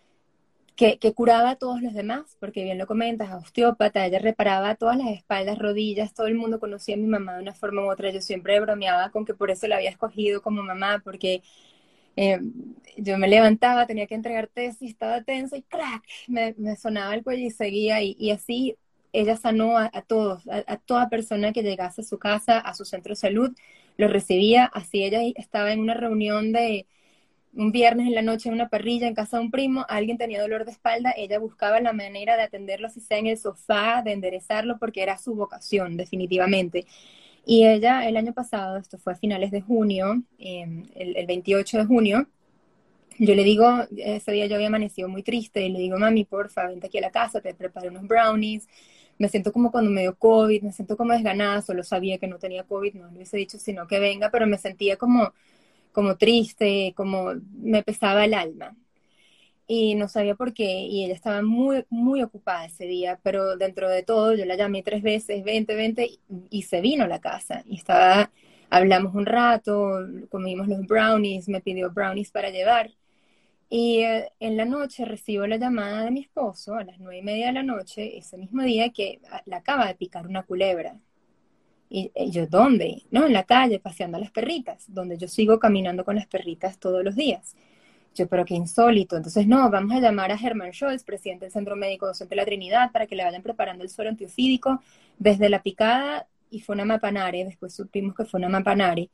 que curaba a todos los demás, porque bien lo comentas, osteópata, ella reparaba todas las espaldas, rodillas, todo el mundo conocía a mi mamá de una forma u otra. Yo siempre bromeaba con que por eso la había escogido como mamá, porque eh, yo me levantaba, tenía que entregar tesis, estaba tensa y ¡crack! Me sonaba el cuello y seguía, y así ella sanó a todos, a toda persona que llegase a su casa, a su centro de salud, lo recibía, así ella estaba en una reunión de un viernes en la noche en una parrilla en casa de un primo, alguien tenía dolor de espalda, ella buscaba la manera de atenderlo, si sea en el sofá, de enderezarlo, porque era su vocación, definitivamente. Y ella el año pasado, esto fue a finales de junio, el 28 de junio, yo le digo, ese día yo había amanecido muy triste, y le digo, mami, porfa, vente aquí a la casa, te preparo unos brownies, me siento como cuando me dio COVID, me siento como desganada, solo sabía que no tenía COVID, no le hubiese dicho sino que venga, pero me sentía como triste, como me pesaba el alma. Y no sabía por qué, y ella estaba muy, muy ocupada ese día, pero dentro de todo yo la llamé 3 veces, vente, y se vino a la casa. Y hablamos un rato, comimos los brownies, me pidió brownies para llevar. Y en la noche recibo la llamada de mi esposo a las 9:30 de la noche, ese mismo día, que la acaba de picar una culebra. Y yo, ¿dónde? No, en la calle, paseando a las perritas, donde yo sigo caminando con las perritas todos los días. Yo, pero qué insólito. Entonces, no, vamos a llamar a Herman Scholz, presidente del Centro Médico Docente de la Trinidad, para que le vayan preparando el suero antiofídico desde la picada, y fue una mapanare, después supimos que fue una mapanare,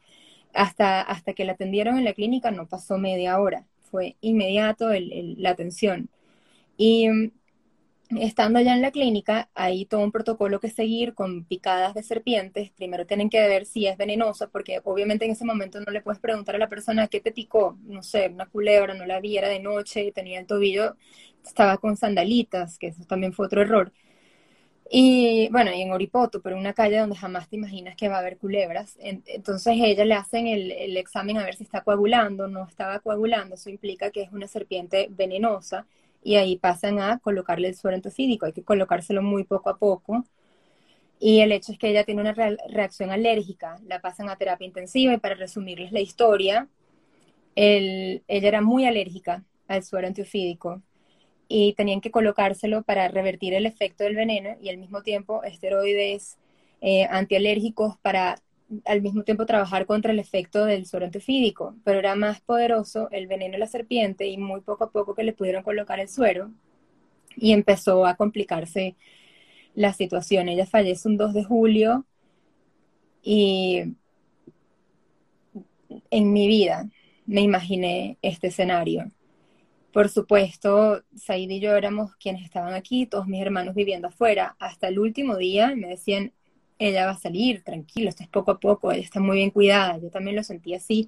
hasta que la atendieron en la clínica no pasó media hora, fue inmediato la atención. Y estando allá en la clínica, hay todo un protocolo que seguir con picadas de serpientes. Primero tienen que ver si es venenosa, porque obviamente en ese momento no le puedes preguntar a la persona qué te picó. No sé, una culebra, no la vi, era de noche, tenía el tobillo, estaba con sandalitas, que eso también fue otro error. Y bueno, y en Oripoto, pero en una calle donde jamás te imaginas que va a haber culebras. Entonces ella le hacen el examen a ver si está coagulando, no estaba coagulando, eso implica que es una serpiente venenosa, y ahí pasan a colocarle el suero antiofídico, hay que colocárselo muy poco a poco. Y el hecho es que ella tiene una reacción alérgica, la pasan a terapia intensiva, y para resumirles la historia, ella era muy alérgica al suero antiofídico y tenían que colocárselo para revertir el efecto del veneno, y al mismo tiempo esteroides antialérgicos para al mismo tiempo trabajar contra el efecto del suero antiofídico, pero era más poderoso el veneno de la serpiente, y muy poco a poco que le pudieron colocar el suero y empezó a complicarse la situación. Ella fallece un 2 de julio, y en mi vida me imaginé este escenario. Por supuesto, Said y yo éramos quienes estaban aquí, todos mis hermanos viviendo afuera. Hasta el último día me decían, ella va a salir, tranquilo, esto es poco a poco, ella está muy bien cuidada. Yo también lo sentí así.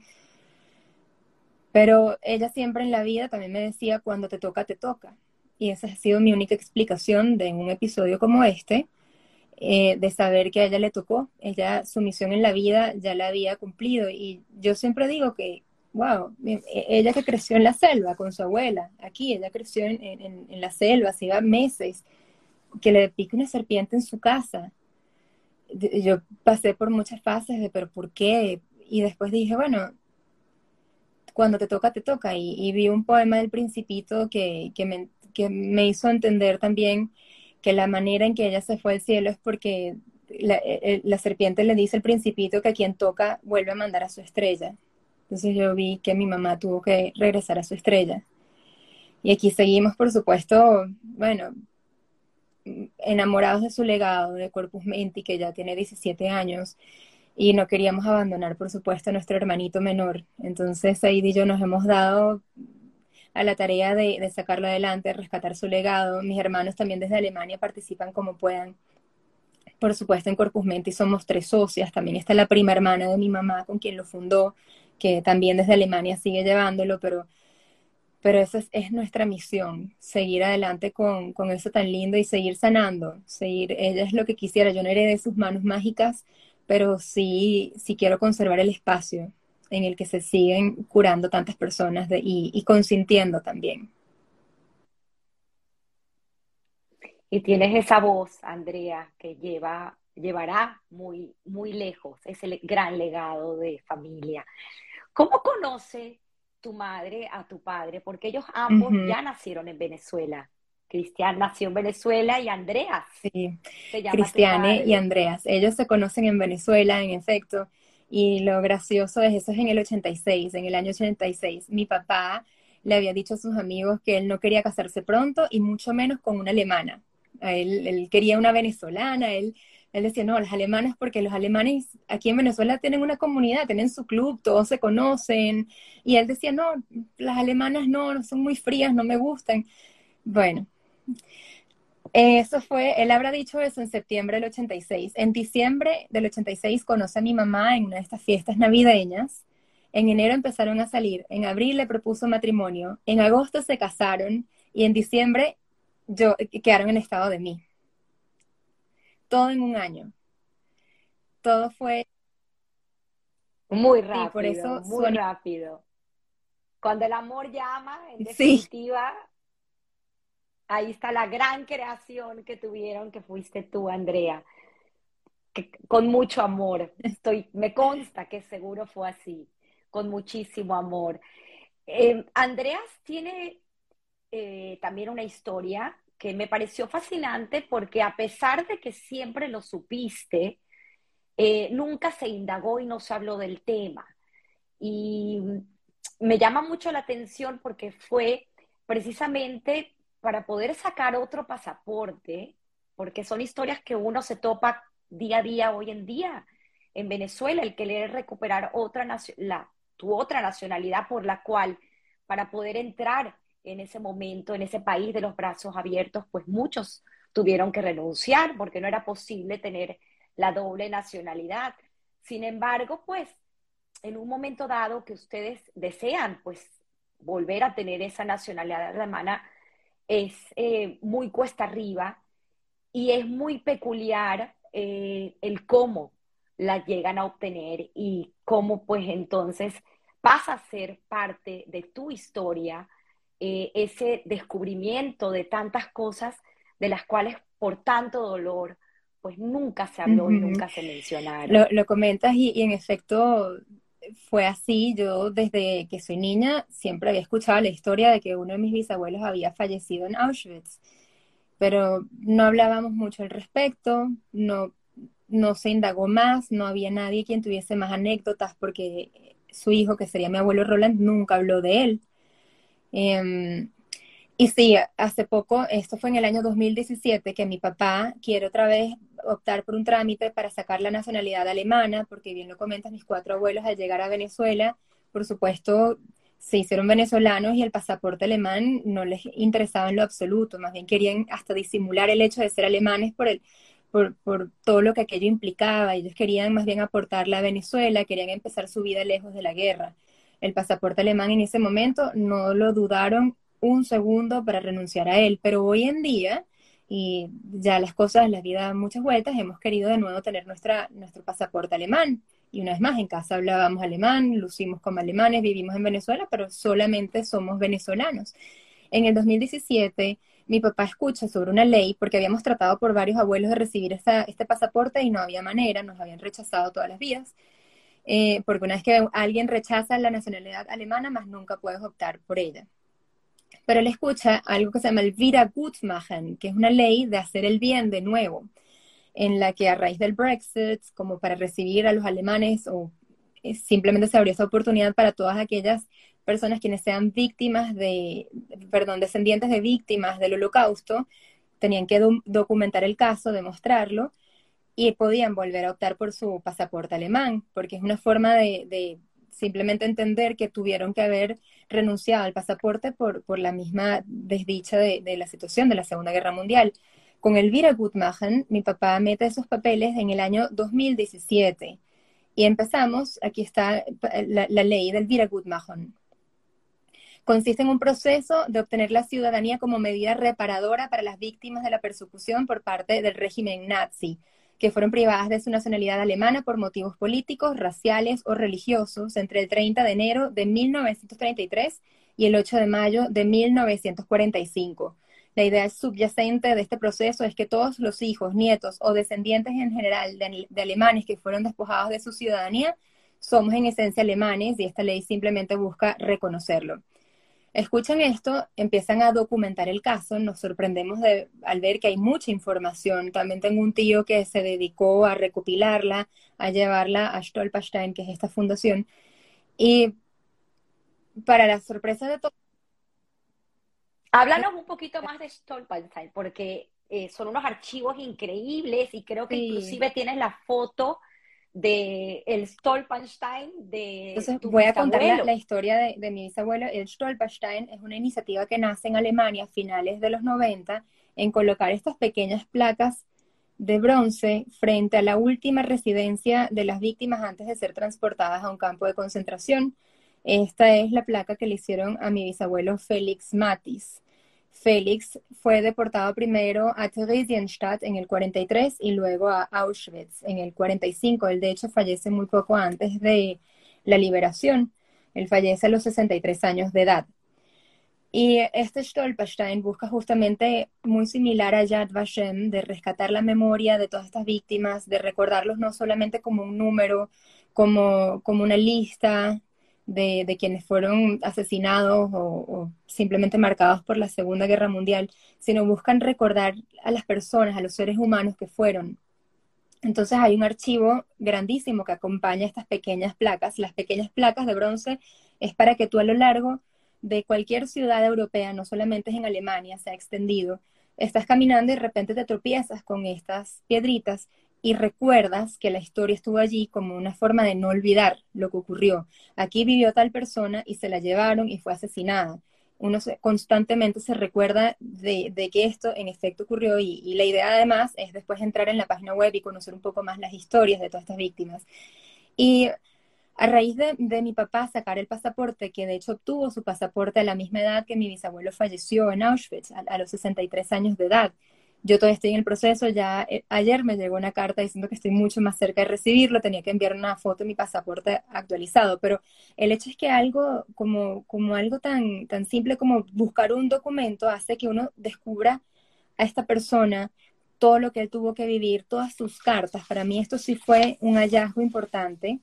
Pero ella siempre en la vida también me decía, cuando te toca, te toca. Y esa ha sido mi única explicación de en un episodio como este, de saber que a ella le tocó. Ella, su misión en la vida ya la había cumplido. Y yo siempre digo que wow, ella que creció en la selva con su abuela, aquí, ella creció en la selva, se iba meses, que le pique una serpiente en su casa. Yo pasé por muchas fases de, pero ¿por qué? Y después dije, bueno, cuando te toca, te toca. Y vi un poema del Principito que me hizo entender también que la manera en que ella se fue al cielo es porque la serpiente le dice al Principito que a quien toca vuelve a mandar a su estrella. Entonces yo vi que mi mamá tuvo que regresar a su estrella. Y aquí seguimos, por supuesto, bueno, enamorados de su legado, de Corpus Mentis, que ya tiene 17 años, y no queríamos abandonar, por supuesto, a nuestro hermanito menor. Entonces, Said y yo nos hemos dado a la tarea de sacarlo adelante, rescatar su legado. Mis hermanos también desde Alemania participan como puedan, por supuesto, en Corpus Mentis somos 3 socias. También está la prima hermana de mi mamá con quien lo fundó, que también desde Alemania sigue llevándolo, pero esa es nuestra misión, seguir adelante con eso tan lindo y seguir sanando, seguir, ella es lo que quisiera, yo no heredé sus manos mágicas, pero sí quiero conservar el espacio en el que se siguen curando tantas personas y consintiendo también. Y tienes esa voz, Andrea, que llevará muy, muy lejos ese gran legado de familia. ¿Cómo conoce tu madre a tu padre? Porque ellos ambos Ujú, ya nacieron en Venezuela. Cristian nació en Venezuela y Andreas sí, se llama tu Cristiane y padre. Andreas, ellos se conocen en Venezuela, en efecto, y lo gracioso es, eso es en el 86, en el año 86. Mi papá le había dicho a sus amigos que él no quería casarse pronto y mucho menos con una alemana. Él quería una venezolana, él decía, no, las alemanas, porque los alemanes aquí en Venezuela tienen una comunidad, tienen su club, todos se conocen, y él decía, no, las alemanas no son muy frías, no me gustan. Bueno, eso fue, él habrá dicho eso en septiembre del 86. En diciembre del 86 conoce a mi mamá en una de estas fiestas navideñas. En enero empezaron a salir. En abril le propuso matrimonio. En agosto se casaron. Y en diciembre quedaron en estado de mí. Todo en un año. Todo fue, Muy sí, por rápido, eso muy rápido. Cuando el amor llama, en sí, definitiva, ahí está la gran creación que tuvieron, que fuiste tú, Andrea, que, con mucho amor. Me consta que seguro fue así, con muchísimo amor. Andreas tiene también una historia que me pareció fascinante porque a pesar de que siempre lo supiste, nunca se indagó y no se habló del tema. Y me llama mucho la atención porque fue precisamente para poder sacar otro pasaporte, porque son historias que uno se topa día a día hoy en día en Venezuela, el querer recuperar tu otra nacionalidad por la cual, para poder entrar en ese momento, en ese país de los brazos abiertos, pues muchos tuvieron que renunciar porque no era posible tener la doble nacionalidad. Sin embargo, pues en un momento dado que ustedes desean, pues, volver a tener esa nacionalidad alemana, es muy cuesta arriba y es muy peculiar el cómo la llegan a obtener y cómo, pues, entonces pasa a ser parte de tu historia ese descubrimiento de tantas cosas de las cuales por tanto dolor, pues nunca se habló y uh-huh. nunca se mencionaron. Lo comentas y en efecto fue así. Yo desde que soy niña siempre había escuchado la historia de que uno de mis bisabuelos había fallecido en Auschwitz, pero no hablábamos mucho al respecto, no se indagó más, no había nadie quien tuviese más anécdotas porque su hijo, que sería mi abuelo Roland, nunca habló de él. Eh, y sí, hace poco, esto fue en el año 2017, que mi papá quiere otra vez optar por un trámite para sacar la nacionalidad alemana, porque bien lo comentas, mis 4 abuelos al llegar a Venezuela, por supuesto, se hicieron venezolanos y el pasaporte alemán no les interesaba en lo absoluto, más bien querían hasta disimular el hecho de ser alemanes por todo lo que aquello implicaba. Ellos querían más bien aportarle a Venezuela, querían empezar su vida lejos de la guerra. El pasaporte alemán en ese momento no lo dudaron un segundo para renunciar a él, pero hoy en día, y ya las cosas, la vida da muchas vueltas, hemos querido de nuevo tener nuestro pasaporte alemán. Y una vez más, en casa hablábamos alemán, lucimos como alemanes, vivimos en Venezuela, pero solamente somos venezolanos. En el 2017, mi papá escucha sobre una ley, porque habíamos tratado por varios abuelos de recibir este pasaporte y no había manera, nos habían rechazado todas las vías, porque una vez que alguien rechaza la nacionalidad alemana, más nunca puedes optar por ella. Pero él escucha algo que se llama el Wiedergutmachen, que es una ley de hacer el bien de nuevo, en la que a raíz del Brexit, como para recibir a los alemanes, o simplemente se abrió esa oportunidad para todas aquellas personas quienes sean víctimas perdón, descendientes de víctimas del Holocausto, tenían que documentar el caso, demostrarlo, y podían volver a optar por su pasaporte alemán, porque es una forma de simplemente entender que tuvieron que haber renunciado al pasaporte por la misma desdicha de la situación de la Segunda Guerra Mundial. Con el Wiedergutmachen, mi papá mete esos papeles en el año 2017 y empezamos, aquí está la ley del Wiedergutmachen. Consiste en un proceso de obtener la ciudadanía como medida reparadora para las víctimas de la persecución por parte del régimen nazi, que fueron privadas de su nacionalidad alemana por motivos políticos, raciales o religiosos entre el 30 de enero de 1933 y el 8 de mayo de 1945. La idea subyacente de este proceso es que todos los hijos, nietos o descendientes en general de alemanes que fueron despojados de su ciudadanía somos en esencia alemanes y esta ley simplemente busca reconocerlo. Escuchan esto, empiezan a documentar el caso, nos sorprendemos al ver que hay mucha información. También tengo un tío que se dedicó a recopilarla, a llevarla a Stolperstein, que es esta fundación. Y para la sorpresa de todos... Háblanos un poquito más de Stolperstein, porque son unos archivos increíbles y creo que Sí. inclusive tienes la foto de el Stolperstein de Entonces tu voy a contar bisabuelo. la historia de mi bisabuelo. El Stolperstein es una iniciativa que nace en Alemania a finales de los 90 en colocar estas pequeñas placas de bronce frente a la última residencia de las víctimas antes de ser transportadas a un campo de concentración. Esta es la placa que le hicieron a mi bisabuelo Felix Mathis. Félix fue deportado primero a Theresienstadt en el 43 y luego a Auschwitz en el 45. Él de hecho fallece muy poco antes de la liberación. Él fallece a los 63 años de edad. Y este Stolperstein busca justamente, muy similar a Yad Vashem, de rescatar la memoria de todas estas víctimas, de recordarlos no solamente como un número, como una lista de quienes fueron asesinados o simplemente marcados por la Segunda Guerra Mundial, sino buscan recordar a las personas, a los seres humanos que fueron. Entonces hay un archivo grandísimo que acompaña estas pequeñas placas. Las pequeñas placas de bronce es para que tú a lo largo de cualquier ciudad europea, no solamente es en Alemania, se ha extendido, estás caminando y de repente te tropiezas con estas piedritas y recuerdas que la historia estuvo allí como una forma de no olvidar lo que ocurrió. Aquí vivió tal persona y se la llevaron y fue asesinada. Constantemente se recuerda de que esto en efecto ocurrió y la idea además es después entrar en la página web y conocer un poco más las historias de todas estas víctimas. Y a raíz de mi papá sacar el pasaporte, que de hecho obtuvo su pasaporte a la misma edad que mi bisabuelo falleció en Auschwitz, a los 63 años de edad. Yo todavía estoy en el proceso, ya ayer me llegó una carta diciendo que estoy mucho más cerca de recibirlo, tenía que enviar una foto de mi pasaporte actualizado, pero el hecho es que algo como algo tan simple como buscar un documento hace que uno descubra a esta persona, todo lo que él tuvo que vivir, todas sus cartas. Para mí esto sí fue un hallazgo importante.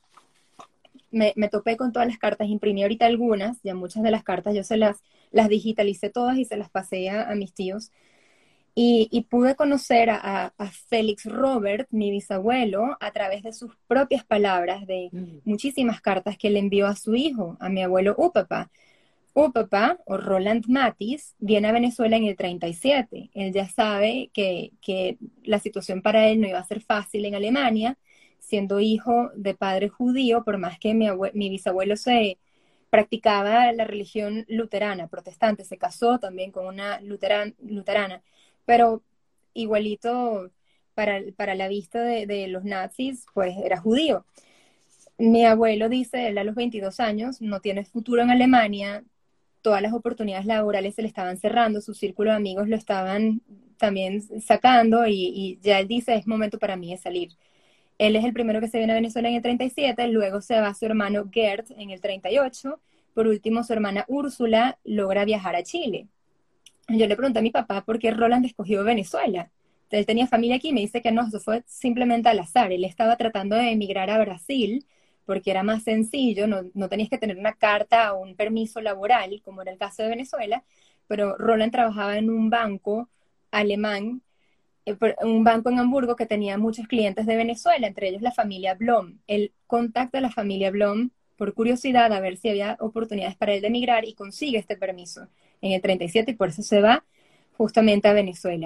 Me topé con todas las cartas, imprimí ahorita algunas, ya muchas de las cartas yo las digitalicé todas y se las pasé a mis tíos. Y pude conocer a Félix Robert, mi bisabuelo, a través de sus propias palabras, de muchísimas cartas que le envió a su hijo, a mi abuelo Upapa. Upapa, o Roland Mathis, viene a Venezuela en el 37. Él ya sabe que la situación para él no iba a ser fácil en Alemania, siendo hijo de padre judío, por más que mi bisabuelo se practicaba la religión luterana, protestante, se casó también con una luterana, pero igualito para la vista de los nazis, pues era judío. Mi abuelo dice, él a los 22 años no tiene futuro en Alemania, todas las oportunidades laborales se le estaban cerrando, su círculo de amigos lo estaban también sacando y ya él dice, es momento para mí de salir. Él es el primero que se viene a Venezuela en el 37, luego se va su hermano Gerd en el 38, por último su hermana Úrsula logra viajar a Chile. Yo le pregunté a mi papá por qué Roland escogió Venezuela. Él tenía familia aquí y me dice que no, eso fue simplemente al azar. Él estaba tratando de emigrar a Brasil porque era más sencillo, no tenías que tener una carta o un permiso laboral, como era el caso de Venezuela, pero Roland trabajaba en un banco alemán, un banco en Hamburgo que tenía muchos clientes de Venezuela, entre ellos la familia Blom. Él contacta a la familia Blom por curiosidad a ver si había oportunidades para él de emigrar y consigue este permiso en el 37 y por eso se va justamente a Venezuela.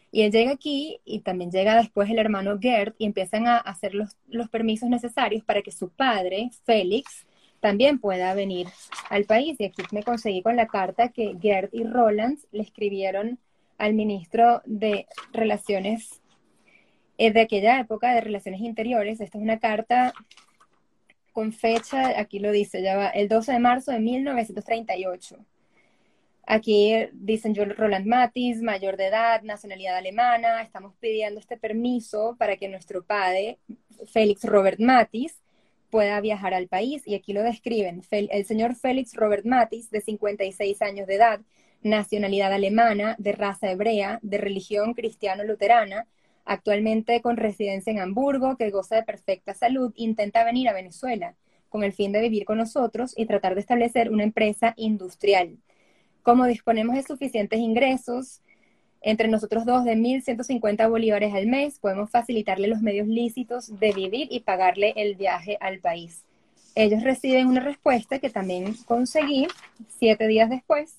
Y él llega aquí y también llega después el hermano Gerd y empiezan a hacer los permisos necesarios para que su padre, Félix, también pueda venir al país. Y aquí me conseguí con la carta que Gerd y Roland le escribieron al ministro de Relaciones de aquella época, de Relaciones Interiores. Esta es una carta con fecha, aquí lo dice, ya va, el 12 de marzo de 1938. Aquí dicen yo, Roland Matis, mayor de edad, nacionalidad alemana, estamos pidiendo este permiso para que nuestro padre, Félix Robert Matis, pueda viajar al país. Y aquí lo describen, el señor Félix Robert Matis, de 56 años de edad, nacionalidad alemana, de raza hebrea, de religión cristiano-luterana, actualmente con residencia en Hamburgo, que goza de perfecta salud, intenta venir a Venezuela con el fin de vivir con nosotros y tratar de establecer una empresa industrial. Como disponemos de suficientes ingresos, entre nosotros dos de 1.150 bolívares al mes, podemos facilitarle los medios lícitos de vivir y pagarle el viaje al país. Ellos reciben una respuesta que también conseguí 7 días después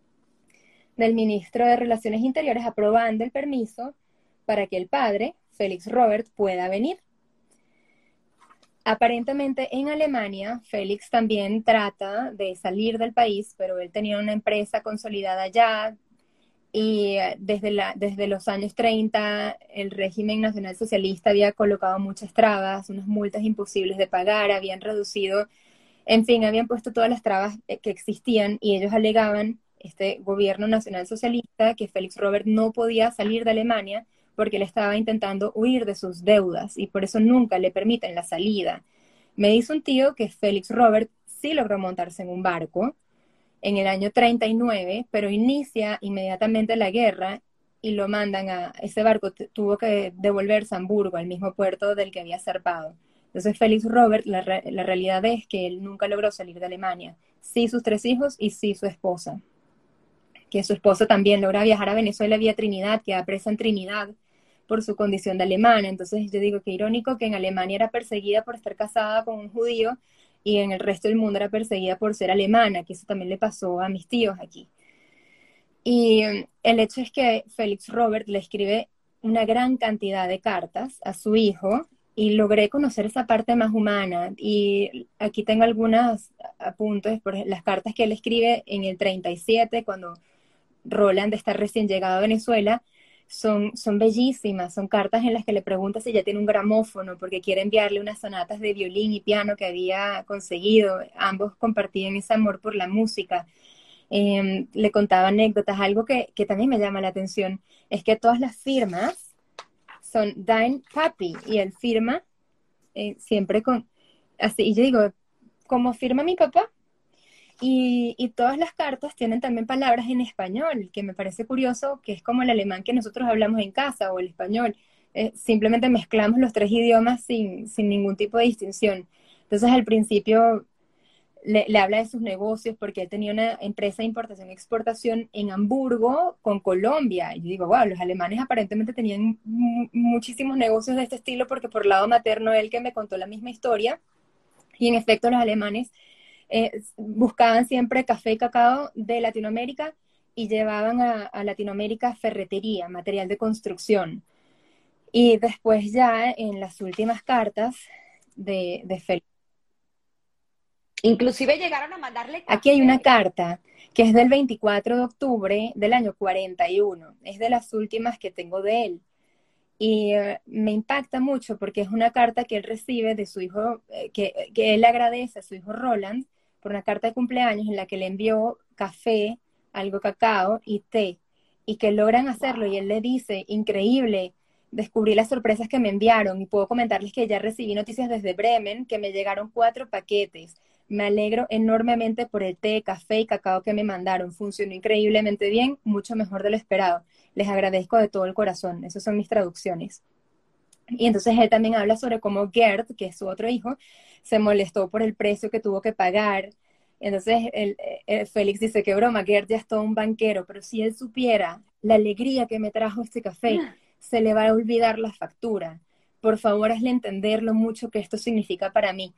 del ministro de Relaciones Interiores aprobando el permiso para que el padre, Félix Robert, pueda venir. Aparentemente en Alemania, Félix también trata de salir del país, pero él tenía una empresa consolidada allá y desde los años 30 el régimen nacional socialista había colocado muchas trabas, unas multas imposibles de pagar, habían reducido, en fin, habían puesto todas las trabas que existían y ellos alegaban, este gobierno nacional socialista, que Félix Robert no podía salir de Alemania porque él estaba intentando huir de sus deudas y por eso nunca le permiten la salida. Me dice un tío que Félix Robert sí logró montarse en un barco en el año 39, pero inicia inmediatamente la guerra y lo mandan a ese barco, tuvo que devolverse a Hamburgo, al mismo puerto del que había zarpado. Entonces Félix Robert, la realidad es que él nunca logró salir de Alemania. Sí sus 3 hijos y sí su esposa. Que su esposa también logra viajar a Venezuela vía Trinidad, queda presa en Trinidad por su condición de alemana. Entonces yo digo que irónico que en Alemania era perseguida por estar casada con un judío y en el resto del mundo era perseguida por ser alemana, que eso también le pasó a mis tíos aquí. Y el hecho es que Félix Robert le escribe una gran cantidad de cartas a su hijo y logré conocer esa parte más humana. Y aquí tengo algunos apuntes por las cartas que él escribe en el 37, cuando Roland está recién llegado a Venezuela, son bellísimas, son cartas en las que le pregunta si ya tiene un gramófono, porque quiere enviarle unas sonatas de violín y piano que había conseguido. Ambos compartían ese amor por la música. Le contaba anécdotas. Algo que también me llama la atención es que todas las firmas son Dein Papi, y él firma siempre con, así, y yo digo, ¿cómo firma mi papá? Y todas las cartas tienen también palabras en español, que me parece curioso, que es como el alemán que nosotros hablamos en casa o el español. Simplemente mezclamos los 3 idiomas sin ningún tipo de distinción. Entonces al principio le habla de sus negocios porque él tenía una empresa de importación y exportación en Hamburgo con Colombia. Y yo digo, wow, los alemanes aparentemente tenían muchísimos negocios de este estilo porque por lado materno él que me contó la misma historia. Y en efecto los alemanes buscaban siempre café y cacao de Latinoamérica y llevaban a Latinoamérica ferretería, material de construcción. Y después ya en las últimas cartas de Félix. Inclusive llegaron a mandarle Aquí hay una café. carta que es del 24 de octubre del año 41. Es de las últimas que tengo de él. Y me impacta mucho porque es una carta que él recibe de su hijo, que él agradece a su hijo Roland por una carta de cumpleaños en la que le envió café, algo cacao y té, y que logran hacerlo. Wow. Y él le dice, increíble, descubrí las sorpresas que me enviaron y puedo comentarles que ya recibí noticias desde Bremen, que me llegaron 4 paquetes. Me alegro enormemente por el té, café y cacao que me mandaron. Funcionó increíblemente bien, mucho mejor de lo esperado. Les agradezco de todo el corazón. Esas son mis traducciones. Y entonces él también habla sobre cómo Gerd, que es su otro hijo, se molestó por el precio que tuvo que pagar. Entonces Félix dice, qué broma, Gerd ya es todo un banquero, pero si él supiera la alegría que me trajo este café, se le va a olvidar la factura. Por favor, hazle entender lo mucho que esto significa para mí.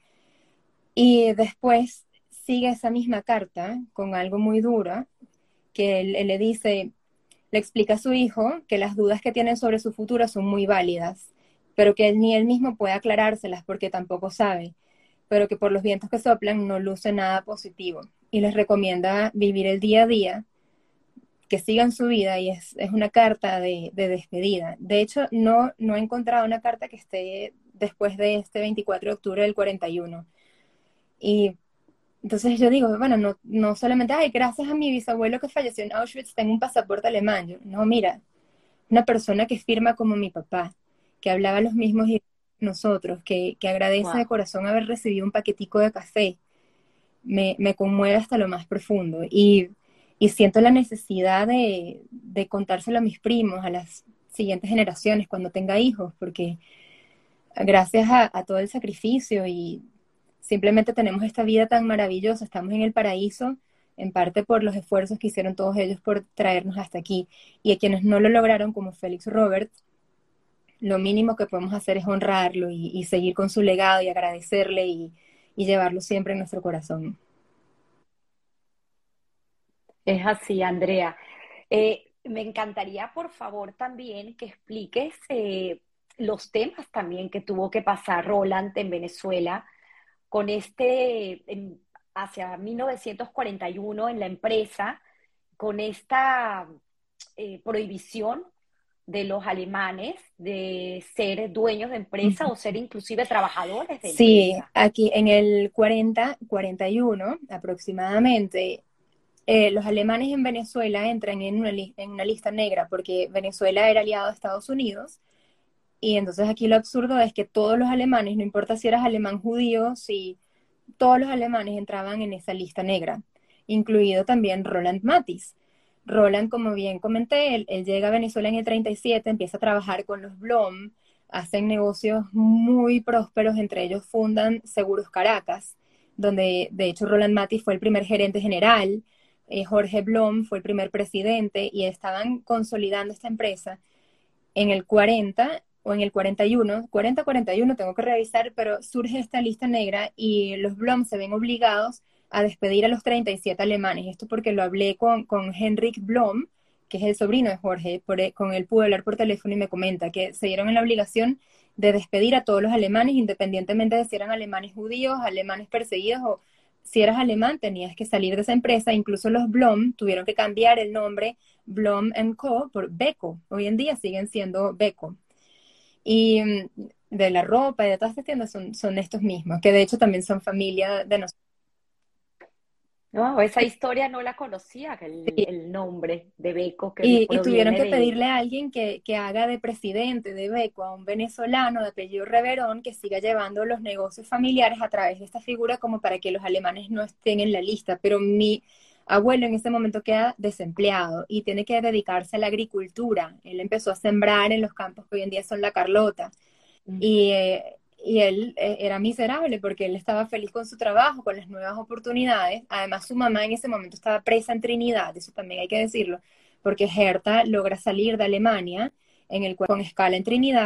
Y después sigue esa misma carta con algo muy duro, que él le dice, le explica a su hijo que las dudas que tiene sobre su futuro son muy válidas, pero que ni él mismo puede aclarárselas porque tampoco sabe, pero que por los vientos que soplan no luce nada positivo. Y les recomienda vivir el día a día, que sigan su vida, y es una carta de despedida. De hecho, no he encontrado una carta que esté después de este 24 de octubre del 41. Y entonces yo digo, bueno, no solamente, ay, gracias a mi bisabuelo que falleció en Auschwitz tengo un pasaporte alemán. Yo, no, mira, una persona que firma como mi papá, que hablaba los mismos idiomas que nosotros, que agradece de Wow. corazón haber recibido un paquetico de café, me conmueve hasta lo más profundo. Y siento la necesidad de contárselo a mis primos, a las siguientes generaciones, cuando tenga hijos, porque gracias a todo el sacrificio y simplemente tenemos esta vida tan maravillosa, estamos en el paraíso, en parte por los esfuerzos que hicieron todos ellos por traernos hasta aquí. Y a quienes no lo lograron, como Félix Roberts, lo mínimo que podemos hacer es honrarlo y seguir con su legado y agradecerle y llevarlo siempre en nuestro corazón. Es así, Andrea. Me encantaría, por favor, también que expliques los temas también que tuvo que pasar Roland en Venezuela con hacia 1941 en la empresa, con esta prohibición de los alemanes de ser dueños de empresa o ser inclusive trabajadores de Sí, empresa. aquí en el 40-41 aproximadamente, los alemanes en Venezuela entran en una lista negra porque Venezuela era aliado a Estados Unidos. Y entonces aquí lo absurdo es que todos los alemanes, no importa si eras alemán judío, si todos los alemanes entraban en esa lista negra, incluido también Roland Matthies. Roland, como bien comenté, él llega a Venezuela en el 37, empieza a trabajar con los Blom, hacen negocios muy prósperos, entre ellos fundan Seguros Caracas, donde de hecho Roland Matthies fue el primer gerente general, Jorge Blom fue el primer presidente, y estaban consolidando esta empresa en el 40 o en el 41, 40-41, tengo que revisar, pero surge esta lista negra y los Blom se ven obligados a despedir a los 37 alemanes. Esto porque lo hablé con Henrik Blom, que es el sobrino de Jorge, con él pude hablar por teléfono y me comenta que se dieron en la obligación de despedir a todos los alemanes, independientemente de si eran alemanes judíos, alemanes perseguidos, o si eras alemán tenías que salir de esa empresa. Incluso los Blom tuvieron que cambiar el nombre Blom Co. por Beko. Hoy en día siguen siendo Beko. Y de la ropa y de todas estas tiendas son estos mismos, que de hecho también son familia de nosotros. No, esa historia no la conocía, el nombre de Beco que Y tuvieron proviene que de... pedirle a alguien que haga de presidente de Beko, a un venezolano de apellido Reverón, que siga llevando los negocios familiares a través de esta figura, como para que los alemanes no estén en la lista. Pero mi abuelo en ese momento queda desempleado y tiene que dedicarse a la agricultura. Él empezó a sembrar en los campos que hoy en día son La Carlota. Y él era miserable porque él estaba feliz con su trabajo, con las nuevas oportunidades. Además, su mamá en ese momento estaba presa en Trinidad, eso también hay que decirlo, porque Herta logra salir de Alemania con escala en Trinidad,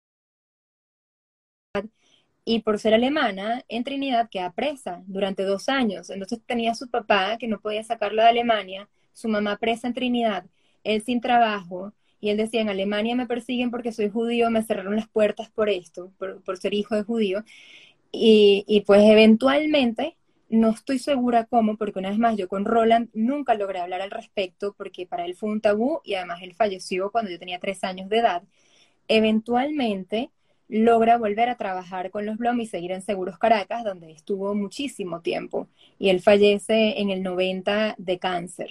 y por ser alemana, en Trinidad queda presa durante 2 años. Entonces tenía a su papá que no podía sacarlo de Alemania, su mamá presa en Trinidad, él sin trabajo, y él decía, en Alemania me persiguen porque soy judío, me cerraron las puertas por esto, por ser hijo de judío. Y pues eventualmente, no estoy segura cómo, porque una vez más yo con Roland nunca logré hablar al respecto, porque para él fue un tabú, y además él falleció cuando yo tenía 3 años de edad. Eventualmente logra volver a trabajar con los Blom y seguir en Seguros Caracas, donde estuvo muchísimo tiempo, y él fallece en el 90 de cáncer.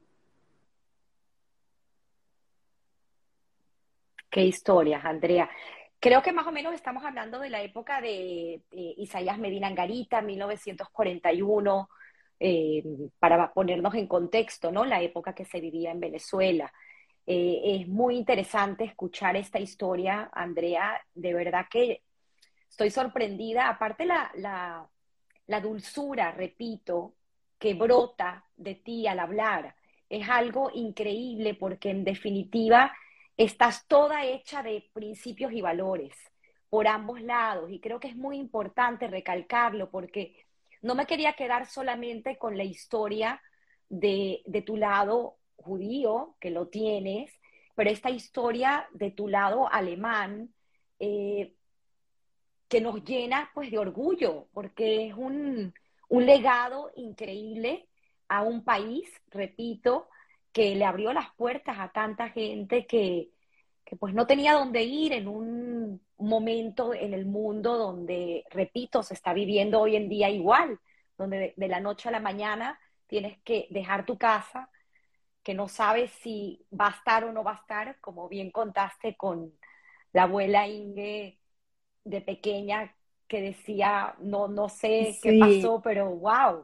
Qué historias, Andrea. Creo que más o menos estamos hablando de la época de Isaías Medina Angarita, 1941, eh, para ponernos en contexto, ¿no? La época que se vivía en Venezuela. Es muy interesante escuchar esta historia, Andrea. De verdad que estoy sorprendida. Aparte la dulzura, repito, que brota de ti al hablar. Es algo increíble porque en definitiva estás toda hecha de principios y valores por ambos lados y creo que es muy importante recalcarlo porque no me quería quedar solamente con la historia de tu lado judío, que lo tienes, pero esta historia de tu lado alemán, eh, que nos llena pues de orgullo, porque es un legado increíble a un país, repito, que le abrió las puertas a tanta gente que pues no tenía dónde ir en un momento en el mundo donde, repito, se está viviendo hoy en día igual, donde de la noche a la mañana tienes que dejar tu casa, que no sabes si va a estar o no va a estar, como bien contaste con la abuela Inge de pequeña que decía, no, no sé qué Sí, pasó, pero wow,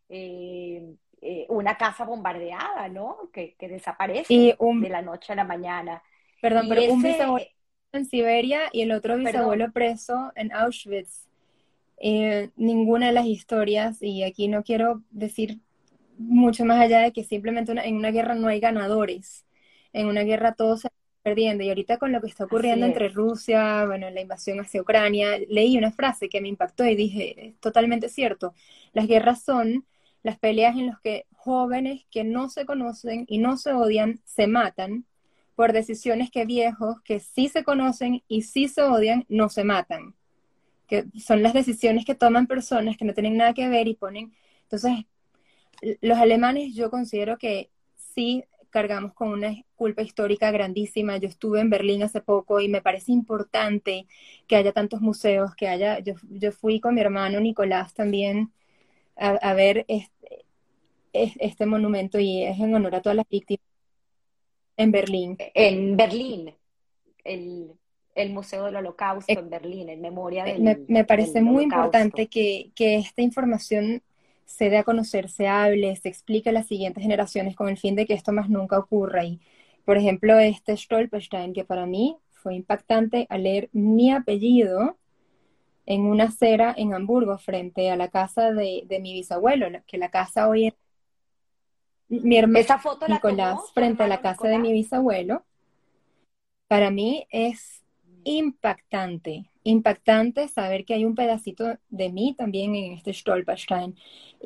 una casa bombardeada, ¿no? Que y desaparece un, de la noche a la mañana. perdón, Y pero un ese, bisabuelo en Siberia y el otro perdón, bisabuelo preso en Auschwitz. Ninguna de las historias, y aquí no quiero decir mucho más allá de que simplemente en una guerra no hay ganadores, en una guerra todos se están perdiendo, y ahorita con lo que está ocurriendo así es, entre Rusia, bueno, la invasión hacia Ucrania, leí una frase que me impactó y dije, es totalmente cierto, las guerras son las peleas en las que jóvenes que no se conocen y no se odian se matan por decisiones que viejos que sí se conocen y sí se odian no se matan, que son las decisiones que toman personas que no tienen nada que ver y ponen, entonces los alemanes yo considero que sí cargamos con una culpa histórica grandísima. Yo estuve en Berlín hace poco y me parece importante que haya tantos museos, que haya, yo fui con mi hermano Nicolás también a ver este monumento y es en honor a todas las víctimas en Berlín. en Berlín, el, el Museo del Holocausto en Berlín, en memoria Me parece del muy importante Holocausto. que esta información se dé a conocer, se hable, se explique a las siguientes generaciones con el fin de que esto más nunca ocurra. Y, por ejemplo, este Stolperstein, que para mí fue impactante al leer mi apellido en una acera en Hamburgo frente a la casa de mi bisabuelo, que la casa hoy es mi hermano Esa foto la tomó Nicolás tu frente a la hermano casa de Nicolás. mi bisabuelo. Para mí es impactante, impactante saber que hay un pedacito de mí también en este Stolperstein.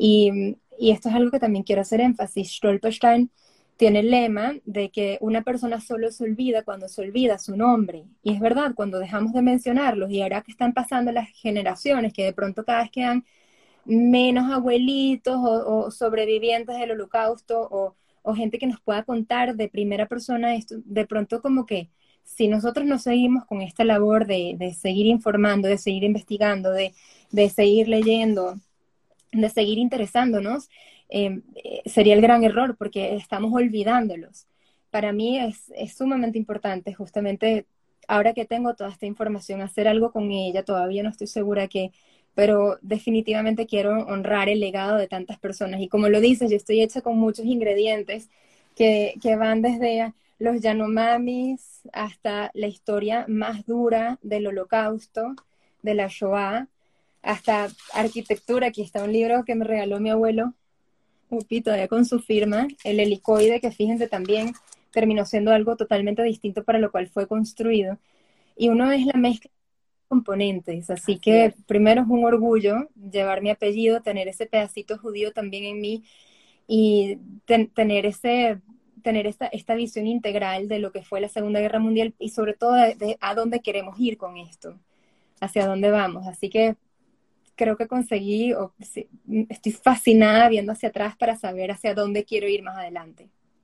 Y esto es algo que también quiero hacer énfasis. Stolperstein tiene el lema de que una persona solo se olvida cuando se olvida su nombre. Y es verdad, cuando dejamos de mencionarlos y ahora que están pasando las generaciones, que de pronto cada vez quedan menos abuelitos o sobrevivientes del holocausto o gente que nos pueda contar de primera persona esto, de pronto como que si nosotros no seguimos con esta labor de seguir informando, de seguir investigando, de seguir leyendo, de seguir interesándonos, sería el gran error porque estamos olvidándolos. Para mí es sumamente importante justamente ahora que tengo toda esta información, hacer algo con ella, todavía no estoy segura que, pero definitivamente quiero honrar el legado de tantas personas. Y como lo dices, yo estoy hecha con muchos ingredientes que van desde los Yanomamis hasta la historia más dura del Holocausto, de la Shoah, hasta arquitectura. Aquí está un libro que me regaló mi abuelo, Upi, todavía con su firma, el helicoide, que fíjense también terminó siendo algo totalmente distinto para lo cual fue construido. Y uno es la mezcla de componentes, así Así que es. primero es un orgullo llevar mi apellido, tener ese pedacito judío también en mí y tener tener esta visión integral de lo que fue la Segunda Guerra Mundial y sobre todo de a dónde queremos ir con esto, hacia dónde vamos. Así que creo que conseguí, sí, estoy fascinada viendo hacia atrás para saber hacia dónde quiero ir más adelante.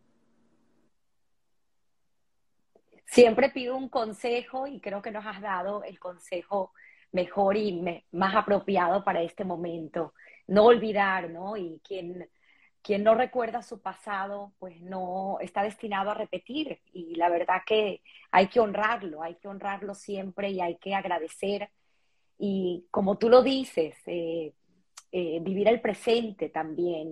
Siempre pido un consejo y creo que nos has dado el consejo mejor y más apropiado para este momento. No olvidar, ¿no? Y quien no recuerda su pasado, pues no está destinado a repetir. Y la verdad que hay que honrarlo siempre y hay que agradecer. Y como tú lo dices, vivir el presente también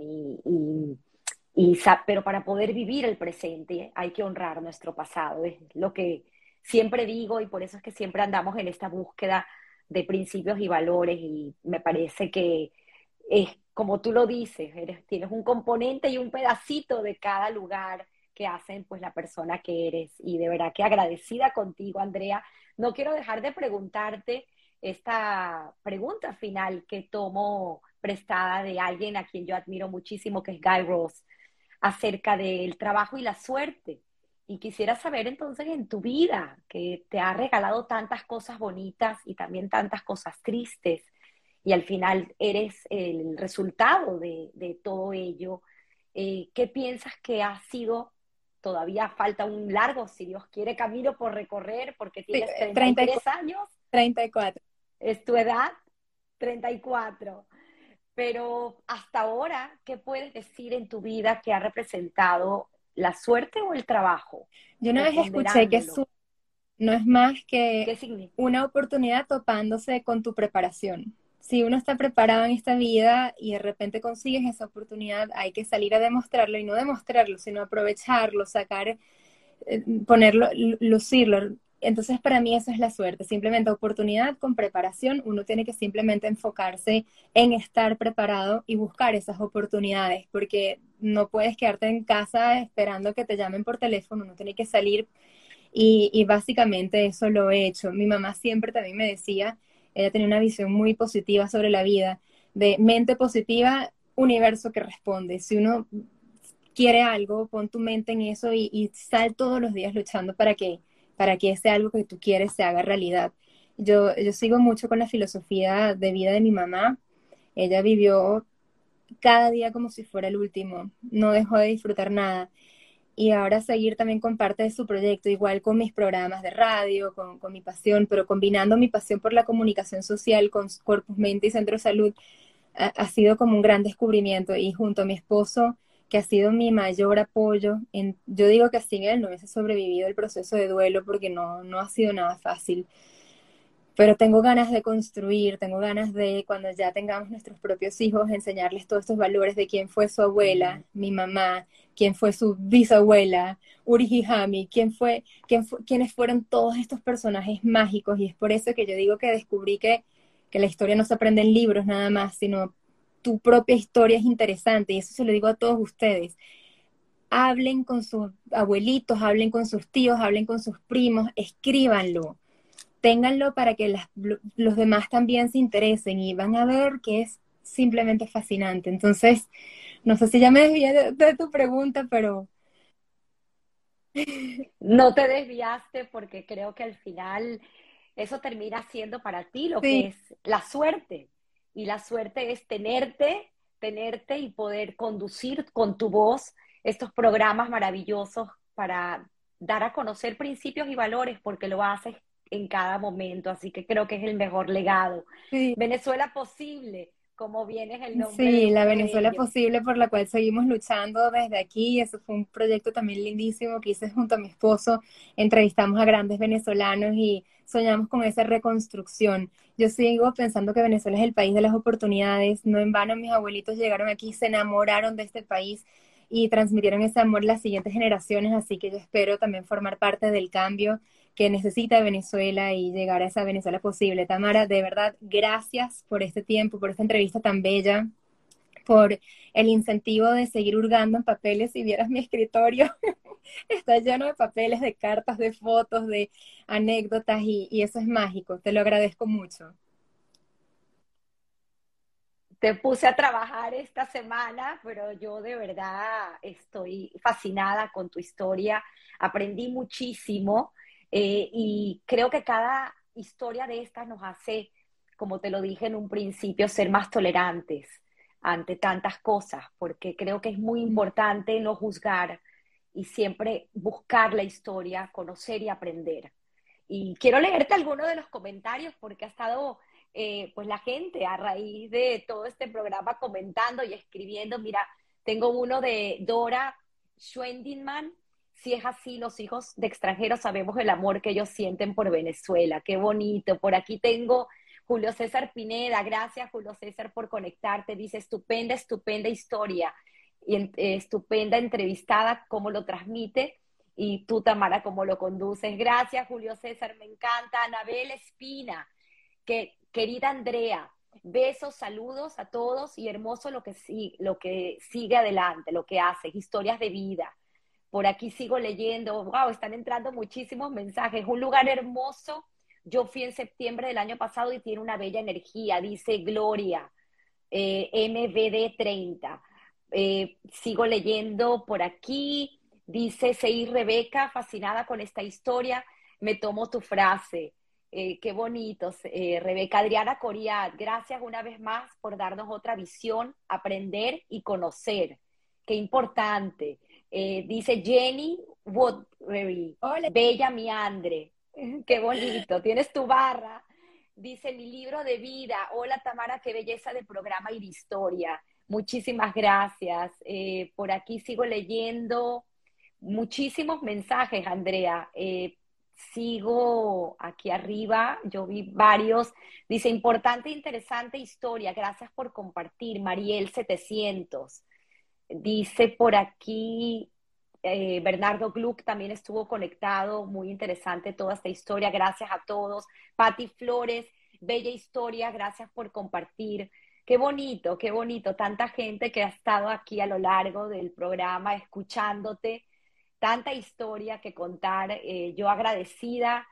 pero para poder vivir el presente hay que honrar nuestro pasado. Es lo que siempre digo y por eso es que siempre andamos en esta búsqueda de principios y valores y me parece que es como tú lo dices, tienes un componente y un pedacito de cada lugar que hacen pues la persona que eres y de verdad que agradecida contigo, Andrea. No quiero dejar de preguntarte esta pregunta final que tomo prestada de alguien a quien yo admiro muchísimo, que es Guy Raz. acerca del trabajo y la suerte. Y quisiera saber entonces en tu vida, que te ha regalado tantas cosas bonitas y también tantas cosas tristes, y al final eres el resultado de todo ello, ¿qué piensas que ha sido? Todavía falta un largo, si Dios quiere, camino por recorrer, porque Sí, tienes 33 34, años, 34. es tu edad, 34. Pero hasta ahora, ¿qué puedes decir en tu vida que ha representado la suerte o el trabajo? Yo una O vez escuché que ponderándolo. no es más que ¿Qué significa? una oportunidad topándose con tu preparación. Si uno está preparado en esta vida y de repente consigues esa oportunidad, hay que salir a demostrarlo y no demostrarlo, sino aprovecharlo, sacar, ponerlo, lucirlo. Entonces, para mí eso es la suerte, simplemente oportunidad con preparación. Uno tiene que simplemente enfocarse en estar preparado y buscar esas oportunidades, porque no puedes quedarte en casa esperando que te llamen por teléfono, uno tiene que salir y básicamente eso lo he hecho. Mi mamá siempre también me decía, ella tenía una visión muy positiva sobre la vida, de mente positiva, universo que responde. Si uno quiere algo, pon tu mente en eso y sal todos los días luchando para que ese algo que tú quieres se haga realidad. Yo sigo mucho con la filosofía de vida de mi mamá. Ella vivió cada día como si fuera el último, no dejó de disfrutar nada y ahora seguir también con parte de su proyecto, igual con mis programas de radio, con mi pasión, pero combinando mi pasión por la comunicación social con Corpus Mente y Centro de Salud, ha sido como un gran descubrimiento y junto a mi esposo, que ha sido mi mayor apoyo, yo digo que sin él no hubiese sobrevivido el proceso de duelo porque no ha sido nada fácil, pero tengo ganas de construir, tengo ganas de, cuando ya tengamos nuestros propios hijos, enseñarles todos estos valores de quién fue su abuela, mi mamá, quién fue su bisabuela, Urihihami, quiénes fueron todos estos personajes mágicos. Y es por eso que yo digo que descubrí que la historia no se aprende en libros nada más, sino tu propia historia es interesante. Y eso se lo digo a todos ustedes. Hablen con sus abuelitos, hablen con sus tíos, hablen con sus primos, escríbanlo, ténganlo para que los demás también se interesen y van a ver que es simplemente fascinante. Entonces, no sé si ya me desvié de tu pregunta, pero No te desviaste porque creo que al final eso termina siendo para ti lo que sí, es la suerte. Y la suerte es tenerte y poder conducir con tu voz estos programas maravillosos para dar a conocer principios y valores, porque lo haces en cada momento. Así que creo que es el mejor legado. sí, Venezuela posible, como bien es el nombre de sí, la uno de Venezuela ellos. posible por la cual seguimos luchando desde aquí. Eso fue un proyecto también lindísimo que hice junto a mi esposo. Entrevistamos a grandes venezolanos y soñamos con esa reconstrucción. Yo sigo pensando que Venezuela es el país de las oportunidades. No en vano mis abuelitos llegaron aquí, se enamoraron de este país y transmitieron ese amor a las siguientes generaciones. Así que yo espero también formar parte del cambio que necesita Venezuela y llegar a esa Venezuela posible. Tamara, de verdad, gracias por este tiempo, por esta entrevista tan bella, por el incentivo de seguir hurgando en papeles. Si vieras mi escritorio, está lleno de papeles, de cartas, de fotos, de anécdotas y eso es mágico. Te lo agradezco mucho. Te puse a trabajar esta semana, pero yo de verdad estoy fascinada con tu historia. Aprendí muchísimo y creo que cada historia de estas nos hace, como te lo dije en un principio, ser más tolerantes ante tantas cosas, porque creo que es muy importante no juzgar y siempre buscar la historia, conocer y aprender. Y quiero leerte algunos de los comentarios porque ha estado pues la gente a raíz de todo este programa comentando y escribiendo. Mira, tengo uno de Dora Schwendinman. Si es así, los hijos de extranjeros sabemos el amor que ellos sienten por Venezuela. Qué bonito. Por aquí tengo Julio César Pineda. Gracias, Julio César, por conectarte. Dice, estupenda, estupenda historia y estupenda entrevistada, cómo lo transmite. Y tú, Tamara, cómo lo conduces. Gracias, Julio César, me encanta. Anabel Espina, que querida Andrea, besos, saludos a todos y hermoso lo que sigue adelante, lo que hace, historias de vida. Por aquí sigo leyendo, wow, están entrando muchísimos mensajes. Un lugar hermoso. Yo fui en septiembre del año pasado y tiene una bella energía, dice Gloria, MVD 30. Sigo leyendo por aquí. Dice Seir Rebeca, fascinada con esta historia. Me tomo tu frase. Qué bonito. Rebeca Adriana Coriat, gracias una vez más por darnos otra visión, aprender y conocer. Qué importante. Dice Jenny Woodbury, Hola. bella mi Andre. Qué bonito. Tienes tu barra. Dice mi libro de vida. Hola Tamara, qué belleza de programa y de historia. Muchísimas gracias. Por aquí sigo leyendo muchísimos mensajes, Andrea. Sigo aquí arriba, yo vi varios. Dice, importante e interesante historia. Gracias por compartir. Mariel 700. Dice por aquí, Bernardo Gluck también estuvo conectado. Muy interesante toda esta historia. Gracias a todos. Patti Flores, bella historia. Gracias por compartir. Qué bonito, qué bonito. Tanta gente que ha estado aquí a lo largo del programa escuchándote. Tanta historia que contar. Yo agradecida.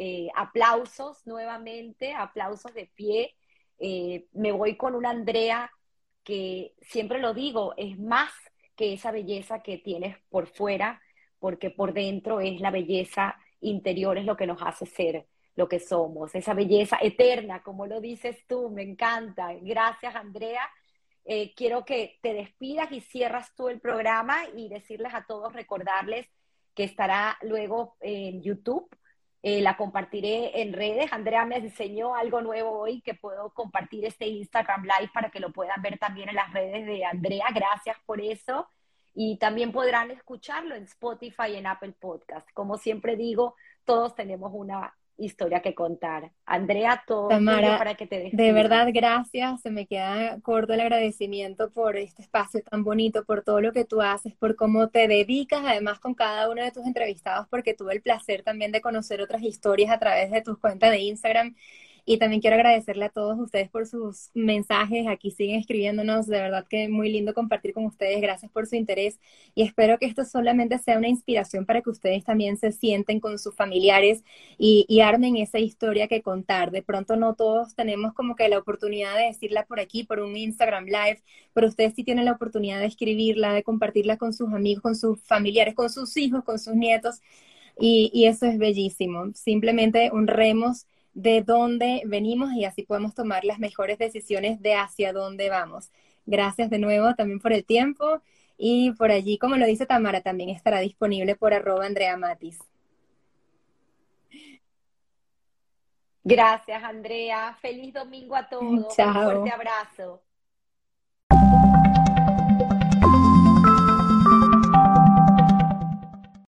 Aplausos nuevamente, aplausos de pie. Me voy con una Andrea que siempre lo digo, es más que esa belleza que tienes por fuera, porque por dentro es la belleza interior, es lo que nos hace ser lo que somos, esa belleza eterna, como lo dices tú, me encanta. Gracias, Andrea. Quiero que te despidas y cierras tú el programa y decirles a todos, recordarles que estará luego en YouTube. La compartiré en redes. Andrea me enseñó algo nuevo hoy, que puedo compartir este Instagram Live para que lo puedan ver también en las redes de Andrea. Gracias por eso. Y también podrán escucharlo en Spotify y en Apple Podcast. Como siempre digo, todos tenemos una historia que contar. Andrea, todo tuyo Tamara, para que te de despidas. verdad, gracias. Se me queda corto el agradecimiento por este espacio tan bonito, por todo lo que tú haces, por cómo te dedicas, además con cada uno de tus entrevistados, porque tuve el placer también de conocer otras historias a través de tus cuentas de Instagram. Y también quiero agradecerle a todos ustedes por sus mensajes. Aquí siguen escribiéndonos. De verdad que muy lindo compartir con ustedes. Gracias por su interés. Y espero que esto solamente sea una inspiración para que ustedes también se sienten con sus familiares y armen esa historia que contar. De pronto no todos tenemos como que la oportunidad de decirla por aquí, por un Instagram Live, pero ustedes sí tienen la oportunidad de escribirla, de compartirla con sus amigos, con sus familiares, con sus hijos, con sus nietos. Y eso es bellísimo. Simplemente honremos de dónde venimos y así podemos tomar las mejores decisiones de hacia dónde vamos. Gracias de nuevo también por el tiempo y por allí, como lo dice Tamara, también estará disponible por @AndreaMatis. Gracias, Andrea. Feliz domingo a todos. Un fuerte Chao. abrazo.